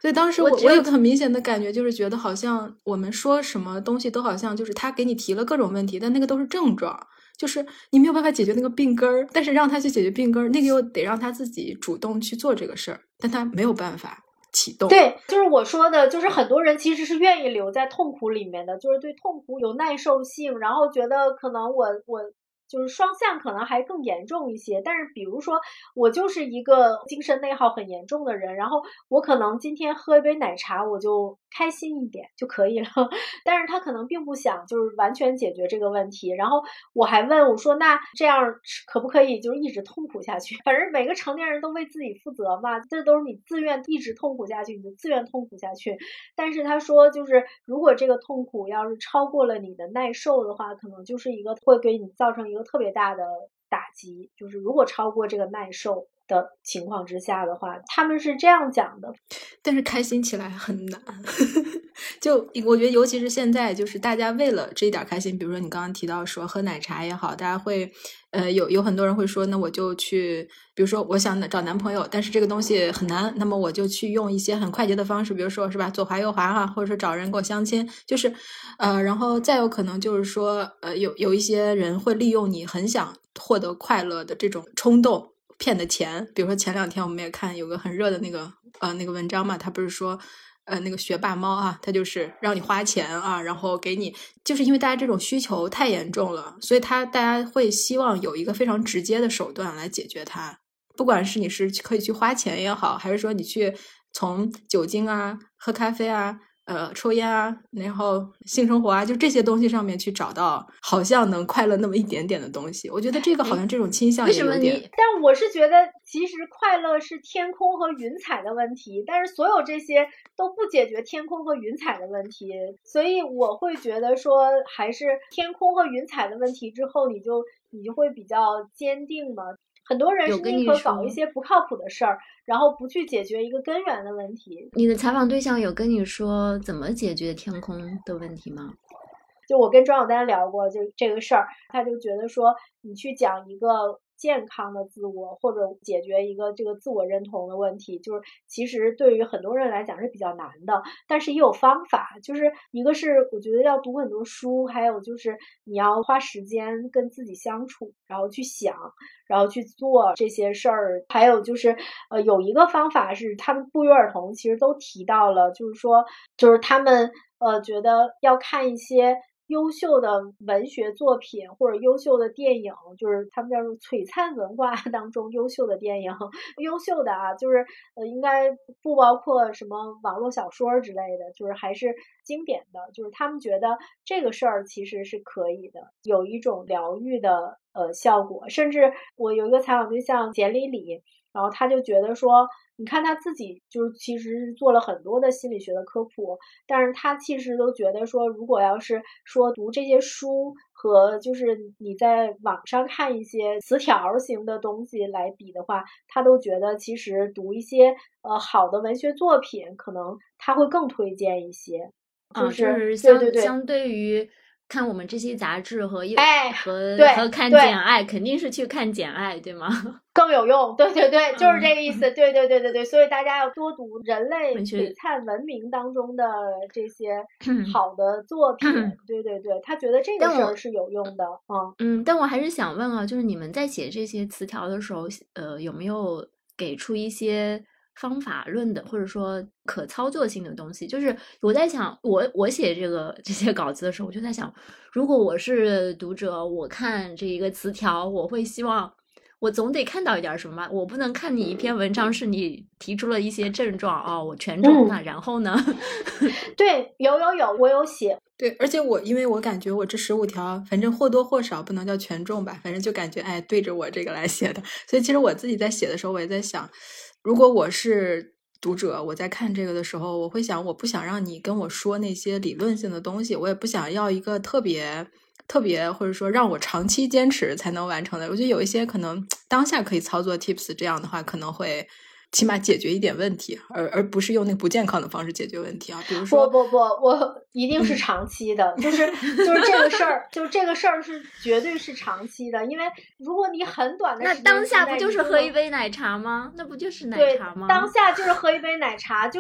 Speaker 1: 所以当时我有个很明显的感觉，就是觉得好像我们说什么东西都好像就是他给你提了各种问题，但那个都是症状，就是你没有办法解决那个病根儿，但是让他去解决病根儿，那个又得让他自己主动去做这个事儿，但他没有办法启动。
Speaker 3: 对，就是我说的，就是很多人其实是愿意留在痛苦里面的，就是对痛苦有耐受性，然后觉得可能我就是双向可能还更严重一些。但是比如说我就是一个精神内耗很严重的人，然后我可能今天喝一杯奶茶我就开心一点就可以了，但是他可能并不想就是完全解决这个问题。然后我还问我说，那这样可不可以就是一直痛苦下去？反正每个成年人都为自己负责嘛，这都是你自愿一直痛苦下去，你就自愿痛苦下去。但是他说就是如果这个痛苦要是超过了你的耐受的话，可能就是一个会给你造成一个特别大的打击，就是如果超过这个耐受的情况之下的话，他们是这样讲的。
Speaker 1: 但是开心起来很难就我觉得尤其是现在，就是大家为了这一点开心，比如说你刚刚提到说喝奶茶也好，大家会有很多人会说，那我就去，比如说我想找男朋友，但是这个东西很难，那么我就去用一些很快捷的方式，比如说是吧，左滑右滑哈，或者说找人给我相亲，就是然后再有可能就是说有一些人会利用你很想获得快乐的这种冲动骗的钱。比如说前2天我们也看有个很热的那个文章嘛，他不是说那个学霸猫啊，他就是让你花钱啊，然后给你，就是因为大家这种需求太严重了，所以大家会希望有一个非常直接的手段来解决它，不管是你是可以去花钱也好，还是说你去从酒精啊、喝咖啡啊、抽烟啊，然后性生活啊，就这些东西上面去找到好像能快乐那么一点点的东西。我觉得这个好像这种倾向也有点。
Speaker 3: 但我是觉得其实快乐是天空和云彩的问题，但是所有这些都不解决天空和云彩的问题，所以我会觉得说还是天空和云彩的问题之后，你就会比较坚定嘛。很多人是宁可搞一些不靠谱的事儿，然后不去解决一个根源的问题。
Speaker 2: 你的采访对象有跟你说怎么解决天空的问题吗？
Speaker 3: 就我跟庄小丹聊过就这个事儿，他就觉得说你去讲一个健康的自我，或者解决一个这个自我认同的问题，就是其实对于很多人来讲是比较难的，但是也有方法。就是一个是我觉得要读很多书，还有就是你要花时间跟自己相处，然后去想，然后去做这些事儿。还有就是有一个方法是他们不约而同其实都提到了，就是说就是他们觉得要看一些优秀的文学作品或者优秀的电影，就是他们叫做璀璨文化当中优秀的电影，优秀的啊，就是应该不包括什么网络小说之类的，就是还是经典的，就是他们觉得这个事儿其实是可以的，有一种疗愈的效果。甚至我有一个采访对象简里里，然后他就觉得说你看他自己就是其实做了很多的心理学的科普，但是他其实都觉得说如果要是说读这些书和就是你在网上看一些词条型的东西来比的话，他都觉得其实读一些好的文学作品可能他会更推荐一些。就是
Speaker 2: 相对于看我们这些杂志和看简爱，肯定是去看简爱，对吗？
Speaker 3: 更有用，对对对，就是这个意思，对对对对对，所以大家要多读人类璀璨文明当中的这些好的作品，对对对，他觉得这个事儿是有用的，
Speaker 2: 但我还是想问啊，就是你们在写这些词条的时候，有没有给出一些方法论的或者说可操作性的东西？就是我在想，我写这些稿子的时候，我就在想，如果我是读者，我看这一个词条，我会希望我总得看到一点什么，我不能看你一篇文章是你提出了一些症状我全中那然后呢？
Speaker 3: 对，有，我有写。
Speaker 1: 对，而且因为我感觉我这15条，反正或多或少不能叫全中吧，反正就感觉对着我这个来写的。所以其实我自己在写的时候，我也在想，如果我是读者，我在看这个的时候，我会想，我不想让你跟我说那些理论性的东西，我也不想要一个特别或者说让我长期坚持才能完成的。我觉得有一些可能当下可以操作 tips， 这样的话可能会起码解决一点问题，而不是用那个不健康的方式解决问题啊。比如说
Speaker 3: 不，我一定是长期的，就是这个事儿，就这个事儿是绝对是长期的，因为如果你很短的时间，
Speaker 2: 那当下不就是喝一杯奶茶吗？那不就是奶茶吗？
Speaker 3: 对，当下就是喝一杯奶茶，就是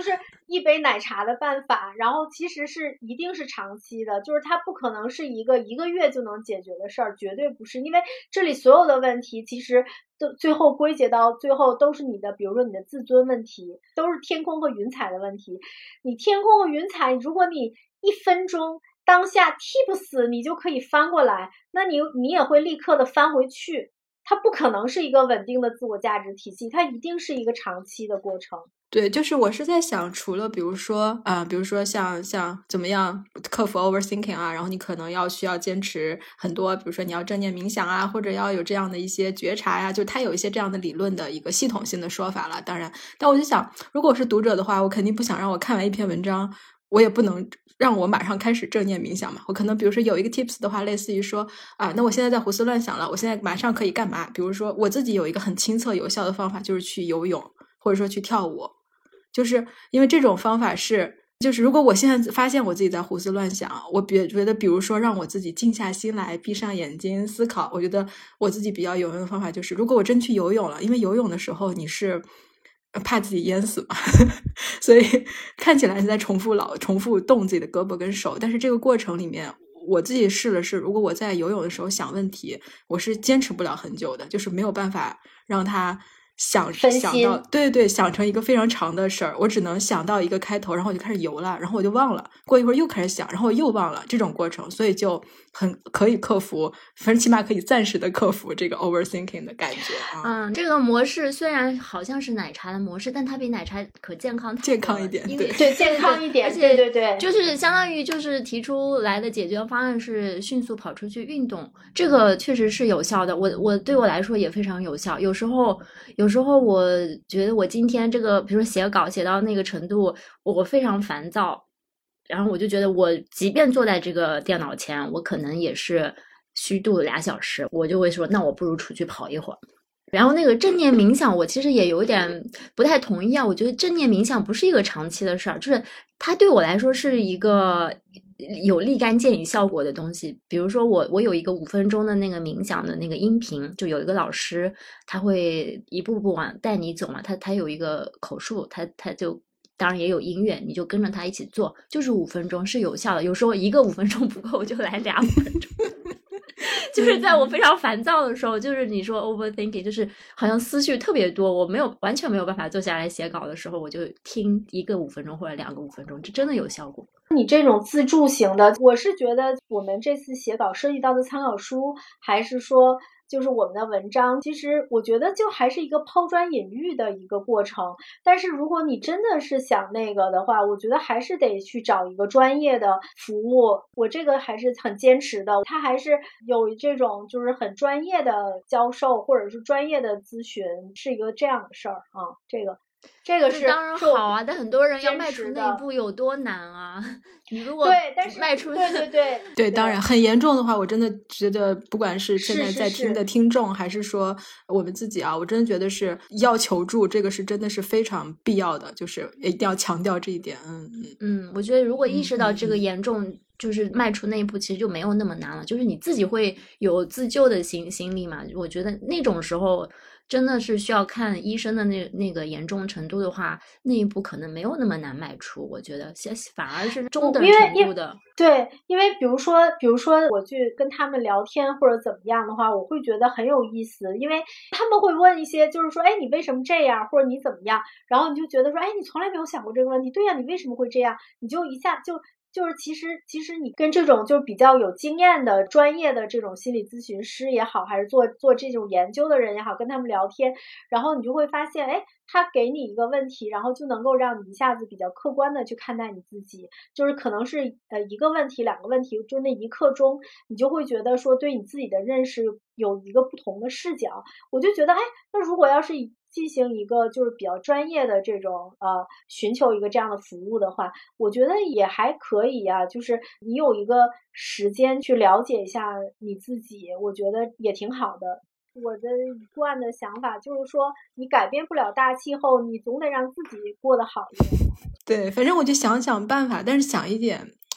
Speaker 3: 一杯奶茶的办法，然后其实是一定是长期的，就是它不可能是一个月就能解决的事儿，绝对不是。因为这里所有的问题其实都最后归结到最后都是你的，比如说你的自尊问题，都是天空和云彩的问题。你天空和云彩，如果你1分钟当下踢不死，你就可以翻过来，那你也会立刻的翻回去。它不可能是一个稳定的自我价值体系，它一定是一个长期的过程。
Speaker 1: 对，就是我是在想，除了比如说像怎么样克服 overthinking 啊，然后你可能需要坚持很多，比如说你要正念冥想啊，或者要有这样的一些觉察呀，就它有一些这样的理论的一个系统性的说法了。当然，但我就想，如果我是读者的话，我肯定不想让我看完一篇文章，我也不能让我马上开始正念冥想嘛。我可能比如说有一个 tips 的话，类似于说那我现在在胡思乱想了，我现在马上可以干嘛？比如说我自己有一个很亲测有效的方法，就是去游泳，或者说去跳舞。就是因为这种方法就是如果我现在发现我自己在胡思乱想，我觉得比如说让我自己静下心来，闭上眼睛思考，我觉得我自己比较有用的方法就是，如果我真去游泳了，因为游泳的时候你是怕自己淹死嘛所以看起来是在重复动自己的胳膊跟手，但是这个过程里面我自己试了试，如果我在游泳的时候想问题，我是坚持不了很久的，就是没有办法让它想到对想成一个非常长的事儿，我只能想到一个开头，然后我就开始游了，然后我就忘了，过一会儿又开始想，然后我又忘了，这种过程，所以就很可以克服，反正起码可以暂时的克服这个 overthinking 的感觉啊。
Speaker 2: 这个模式虽然好像是奶茶的模式，但它比奶茶可健康
Speaker 1: 一点，
Speaker 3: 对健康一点，
Speaker 2: 而且
Speaker 3: 对，
Speaker 2: 就是相当于就是提出来的解决方案是迅速跑出去运动，这个确实是有效的。我对我来说也非常有效。有时候我觉得我今天这个，比如说写稿写到那个程度，我非常烦躁，然后我就觉得我即便坐在这个电脑前，我可能也是虚度2小时，我就会说，那我不如出去跑一会儿。然后那个正念冥想，我其实也有点不太同意啊。我觉得正念冥想不是一个长期的事儿，就是它对我来说是一个有立竿见影效果的东西。比如说我有一个5分钟的那个冥想的那个音频，就有一个老师，他会一步步往带你走嘛。他有一个口述，他就当然也有音乐，你就跟着他一起做，就是5分钟是有效的。有时候一个5分钟不够，我就来2分钟。就是在我非常烦躁的时候，就是你说 overthinking， 就是好像思绪特别多，我完全没有办法坐下来写稿的时候，我就听一个5分钟或者2个5分钟，这真的有效果。
Speaker 3: 你这种自助型的，我是觉得我们这次写稿涉及到的参考书，还是说就是我们的文章，其实我觉得就还是一个抛砖引玉的一个过程。但是如果你真的是想那个的话，我觉得还是得去找一个专业的服务。我这个还是很坚持的，他还是有这种就是很专业的教授或者是专业的咨询，是一个这样的事儿啊。这个是
Speaker 2: 当然好啊，但很多人要迈出那一步有多难啊！你如果
Speaker 3: 对，但是
Speaker 2: 迈出
Speaker 1: 对，当然很严重的话，我真的觉得不管是现在在听的听众，还是说我们自己啊，我真的觉得是要求助，这个是真的是非常必要的，就是一定要强调这一点。
Speaker 2: 我觉得如果意识到这个严重，就是迈出那一步，其实就没有那么难了。就是你自己会有自救的心理嘛。我觉得那种时候真的是需要看医生的那个严重程度的话，那一步可能没有那么难迈出。我觉得反而是中等程度的。
Speaker 3: 对，因为比如说我去跟他们聊天或者怎么样的话，我会觉得很有意思，因为他们会问一些就是说，哎，你为什么这样，或者你怎么样，然后你就觉得说，哎，你从来没有想过这个问题，对呀，你为什么会这样，你就一下就是其实你跟这种就是比较有经验的专业的这种心理咨询师也好，还是做这种研究的人也好，跟他们聊天，然后你就会发现，哎，他给你一个问题，然后就能够让你一下子比较客观的去看待你自己，就是可能是一个问题2个问题，就那一刻钟你就会觉得说对你自己的认识有一个不同的视角。我就觉得，哎，那如果要是进行一个就是比较专业的这种寻求一个这样的服务的话，我觉得也还可以啊，就是你有一个时间去了解一下你自己，我觉得也挺好的。我的一贯的想法就是说，你改变不了大气候，你总得让自己过得好一点。
Speaker 1: 对，反正我就想办法，但是想一点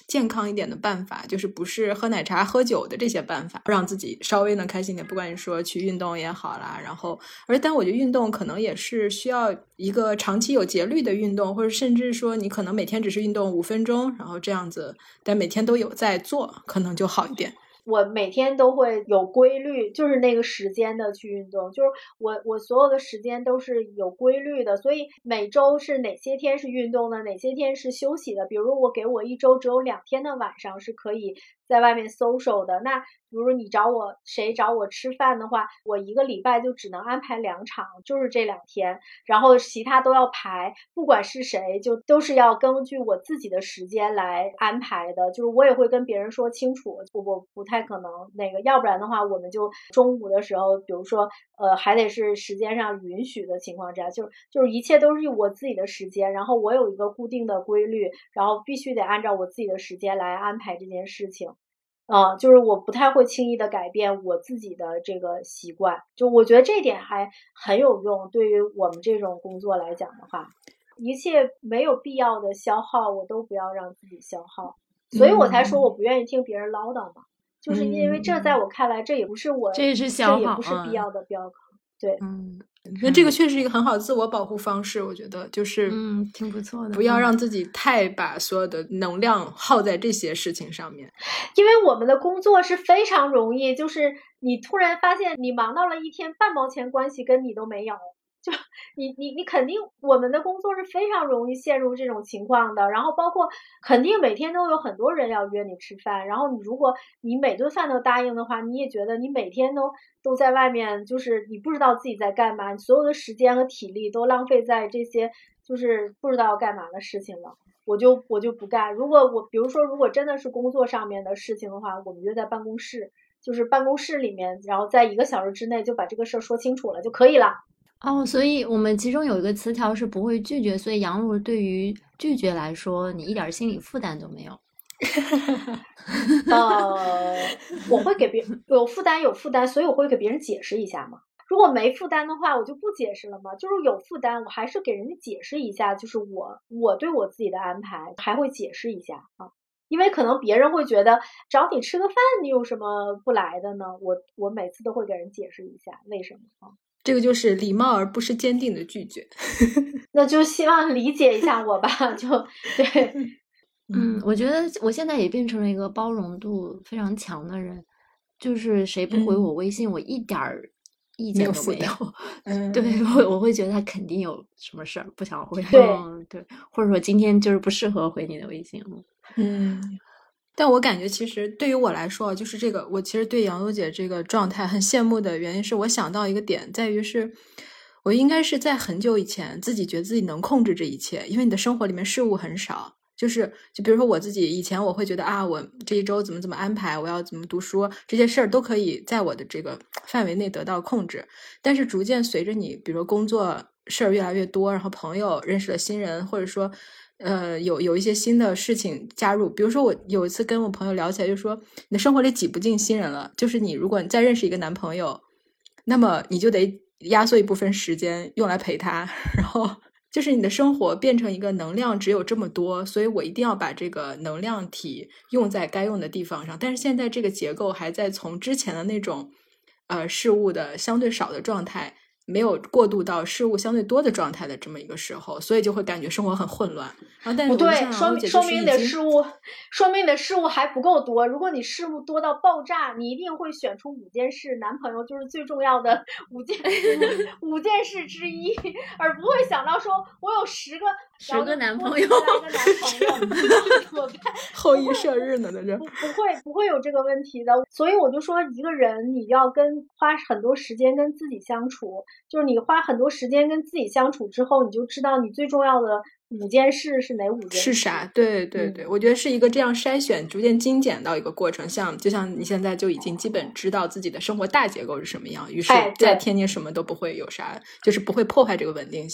Speaker 1: 健康一点的办法，就是不是喝奶茶喝酒的这些办法，让自己稍微能开心一点。不管你说去运动也好啦，然后但我觉得运动可能也是需要一个长期有节律的运动，或者甚至说你可能每天只是运动5分钟，然后这样子，但每天都有在做，可能就好一点。
Speaker 3: 我每天都会有规律，就是那个时间的去运动，就是我所有的时间都是有规律的，所以每周是哪些天是运动的，哪些天是休息的。比如我给我一周只有2天的晚上是可以在外面 social 的，那比如你谁找我吃饭的话，我一个礼拜就只能安排2场，就是这2天，然后其他都要排，不管是谁就都是要根据我自己的时间来安排的，就是我也会跟别人说清楚，我不太可能那个，要不然的话我们就中午的时候，比如说还得是时间上允许的情况之下，就是一切都是我自己的时间，然后我有一个固定的规律，然后必须得按照我自己的时间来安排这件事情。就是我不太会轻易的改变我自己的这个习惯，就我觉得这点还很有用，对于我们这种工作来讲的话，一切没有必要的消耗我都不要让自己消耗，所以我才说我不愿意听别人唠叨嘛，就是因为这在我看来这也不是我
Speaker 2: 这也是消耗，
Speaker 3: 这也不是必要的标考，对，
Speaker 1: 那这个确实是一个很好的自我保护方式，我觉得就是
Speaker 2: 挺不错的，
Speaker 1: 不要让自己太把所有的能量耗在这些事情上面。
Speaker 3: 因为我们的工作是非常容易，就是你突然发现你忙到了一天半毛钱关系跟你都没有，就你肯定我们的工作是非常容易陷入这种情况的，然后包括肯定每天都有很多人要约你吃饭，然后你如果你每顿饭都答应的话，你也觉得你每天都在外面，就是你不知道自己在干嘛，你所有的时间和体力都浪费在这些就是不知道要干嘛的事情了。我就不干。比如说如果真的是工作上面的事情的话，我们约在办公室，就是办公室里面，然后在1个小时之内就把这个事儿说清楚了就可以了。
Speaker 2: 所以我们其中有一个词条是不会拒绝，所以杨璐对于拒绝来说，你一点心理负担都没有。
Speaker 3: 我会给别人有负担，所以我会给别人解释一下嘛。如果没负担的话，我就不解释了嘛。就是有负担，我还是给人家解释一下，就是我对我自己的安排还会解释一下啊。因为可能别人会觉得找你吃个饭，你有什么不来的呢？我每次都会给人解释一下为什么啊。
Speaker 1: 这个就是礼貌而不是坚定的拒绝。
Speaker 3: 那就希望理解一下我吧，就对。
Speaker 2: 我觉得我现在也变成了一个包容度非常强的人，就是谁不回我微信，我一点儿意见都没有。对，我会觉得他肯定有什么事儿不想回。对，或者说今天就是不适合回你的微信。
Speaker 1: 但我感觉其实对于我来说，就是这个我其实对杨璐姐这个状态很羡慕的原因是我想到一个点，在于是我应该是在很久以前自己觉得自己能控制这一切，因为你的生活里面事物很少，就比如说我自己以前我会觉得我这一周怎么安排，我要怎么读书，这些事儿都可以在我的这个范围内得到控制。但是逐渐随着你比如说工作事儿越来越多，然后朋友认识了新人，或者说有一些新的事情加入，比如说我有一次跟我朋友聊起来，就说你的生活里挤不进新人了，就是你如果你再认识一个男朋友，那么你就得压缩一部分时间用来陪他，然后就是你的生活变成一个能量只有这么多，所以我一定要把这个能量体用在该用的地方上。但是现在这个结构还在从之前的那种事物的相对少的状态没有过渡到事物相对多的状态的这么一个时候，所以就会感觉生活很混乱。然后但是
Speaker 3: 不对，说明你的事物还不够多。如果你事物多到爆炸，你一定会选出5件事，男朋友就是最重要的5件事之一，而不会想到说我有10个
Speaker 2: 男朋友，
Speaker 1: 后羿射日呢，在这
Speaker 3: 不会有这个问题的。所以我就说，一个人你要花很多时间跟自己相处，就是你花很多时间跟自己相处之后，你就知道你最重要的5件事是哪5件事
Speaker 1: 是啥。对，我觉得是一个这样筛选逐渐精简到一个过程，就像你现在就已经基本知道自己的生活大结构是什么样，于是再添进什么都不会有啥，就是不会破坏这个稳定性了。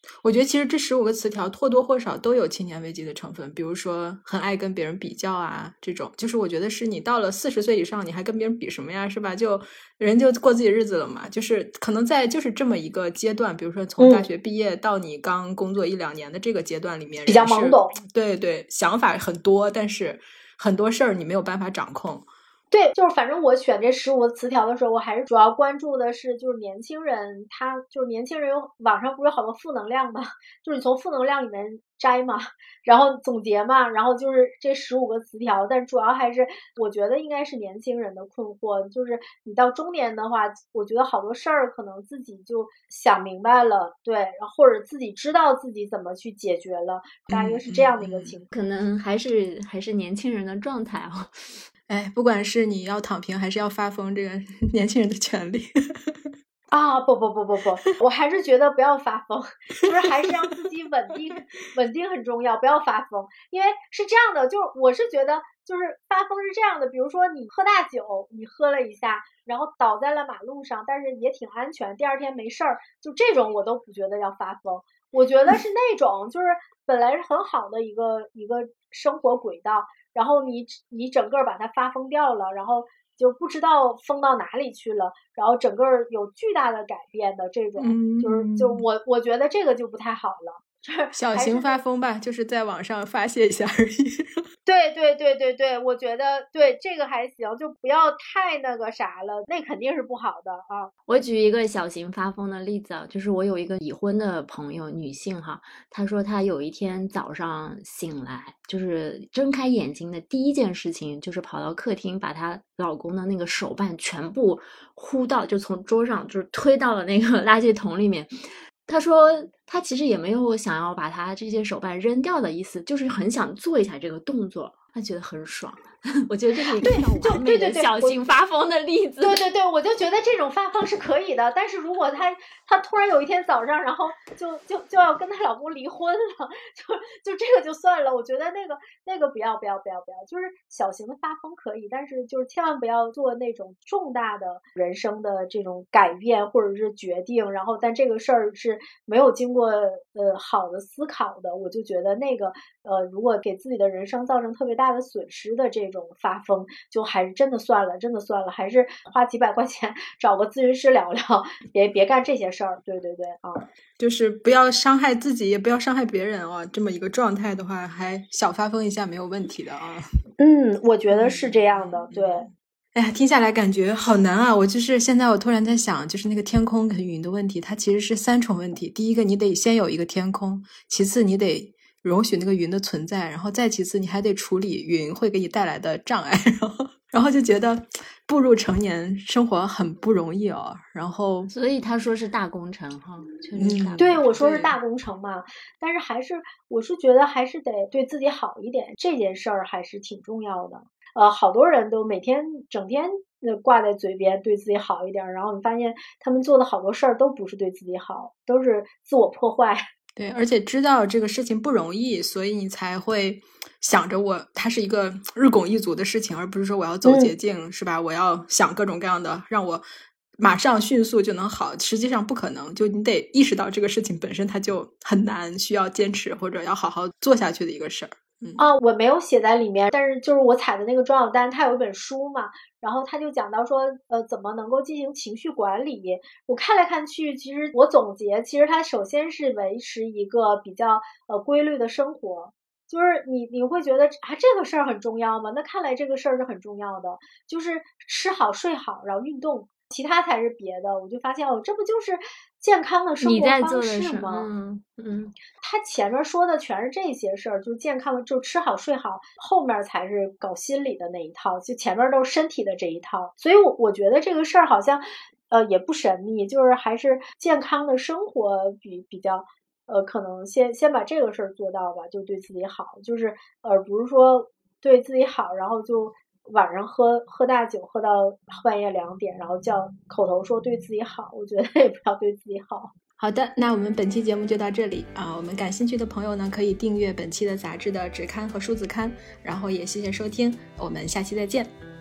Speaker 1: 我觉得其实这15个词条或多或少都有青年危机的成分，比如说很爱跟别人比较啊，这种就是我觉得是你到了40岁以上，你还跟别人比什么呀，是吧？就人就过自己日子了嘛，就是可能在就是这么一个阶段，比如说从大学毕业到你刚工作1-2年的这个阶段里面，
Speaker 3: 比较懵懂，
Speaker 1: 对对，想法很多，但是很多事儿你没有办法掌控。
Speaker 3: 对，就是反正我选这15个词条的时候，我还是主要关注的是，就是年轻人，他就是年轻人有网上不是有好多负能量嘛，就是你从负能量里面摘嘛，然后总结嘛，然后就是这15个词条，但主要还是我觉得应该是年轻人的困惑，就是你到中年的话，我觉得好多事儿可能自己就想明白了，对，然后或者自己知道自己怎么去解决了，大约是这样的一个情况。
Speaker 2: 可能还是年轻人的状态啊。
Speaker 1: 哎，不管是你要躺平还是要发疯，这个年轻人的权利
Speaker 3: 啊，不，我还是觉得不要发疯，就是还是让自己稳定很重要，不要发疯。因为是这样的，就是我是觉得，就是发疯是这样的，比如说你喝大酒，你喝了一下，然后倒在了马路上，但是也挺安全，第二天没事儿，就这种我都不觉得要发疯。我觉得是那种就是本来是很好的一个生活轨道，然后你整个把它发疯掉了，然后就不知道疯到哪里去了，然后整个有巨大的改变的这种，就是我觉得这个就不太好了。
Speaker 1: 小型发疯吧，就是在网上发泄一下而已。
Speaker 3: 对，我觉得对这个还行，就不要太那个啥了，那肯定是不好的啊。
Speaker 2: 我举一个小型发疯的例子啊，就是我有一个已婚的朋友，女性哈，她说她有一天早上醒来，就是睁开眼睛的第一件事情就是跑到客厅，把她老公的那个手办全部呼到，就从桌上就是推到了那个垃圾桶里面。他说他其实也没有想要把他这些手办扔掉的意思，就是很想做一下这个动作，他觉得很爽。我觉得这是一个非常完美的小型发疯的例子。
Speaker 3: 对，我就觉得这种发疯是可以的，但是如果他突然有一天早上，然后就要跟他老公离婚了，就这个就算了。我觉得那个不要，就是小型的发疯可以，但是就是千万不要做那种重大的人生的这种改变或者是决定，然后但这个事儿是没有经过好的思考的，我就觉得那个如果给自己的人生造成特别大的损失的这种发疯，就还是真的算了，还是花几百块钱找个咨询师聊聊，别干这些事儿。对啊，
Speaker 1: 就是不要伤害自己，也不要伤害别人啊。这么一个状态的话，还小发疯一下没有问题的啊。
Speaker 3: 我觉得是这样的，对。
Speaker 1: 哎呀，听下来感觉好难啊！我就是现在我突然在想，就是那个天空跟云的问题，它其实是3重问题。第一个，你得先有一个天空；其次，你得容许那个云的存在；然后再其次，你还得处理云会给你带来的障碍。然后就觉得步入成年生活很不容易哦。然后，
Speaker 2: 所以他说是大工程哈，确实是大工程。
Speaker 3: 对，我说是大工程嘛，但是我是觉得还是得对自己好一点，这件事儿还是挺重要的。好多人都每天整天挂在嘴边对自己好一点，然后你发现他们做的好多事儿都不是对自己好，都是自我破坏。
Speaker 1: 对，而且知道这个事情不容易，所以你才会想着它是一个日拱一卒的事情，而不是说我要走捷径，是吧？我要想各种各样的让我马上迅速就能好，实际上不可能。就你得意识到这个事情本身它就很难，需要坚持或者要好好做下去的一个事儿。
Speaker 3: 我没有写在里面，但是就是我采的那个庄小丹，他有一本书嘛，然后他就讲到说，怎么能够进行情绪管理。我看来看去，其实我总结，其实它首先是维持一个比较规律的生活。就是你会觉得这个事儿很重要吗？那看来这个事儿是很重要的，就是吃好睡好，然后运动。其他才是别的，我就发现这不就是健康的生活方式吗？他前面说的全是这些事儿，就健康的，就吃好睡好，后面才是搞心理的那一套，就前面都是身体的这一套。所以我觉得这个事儿好像也不神秘，就是还是健康的生活比较可能先把这个事儿做到吧，就对自己好，就是不是说对自己好，然后就晚上喝大酒，喝到半夜2点，然后口头说对自己好，我觉得也不要对自己好。
Speaker 1: 好的，那我们本期节目就到这里啊！我们感兴趣的朋友呢，可以订阅本期的杂志的纸刊和数字刊，然后也谢谢收听，我们下期再见。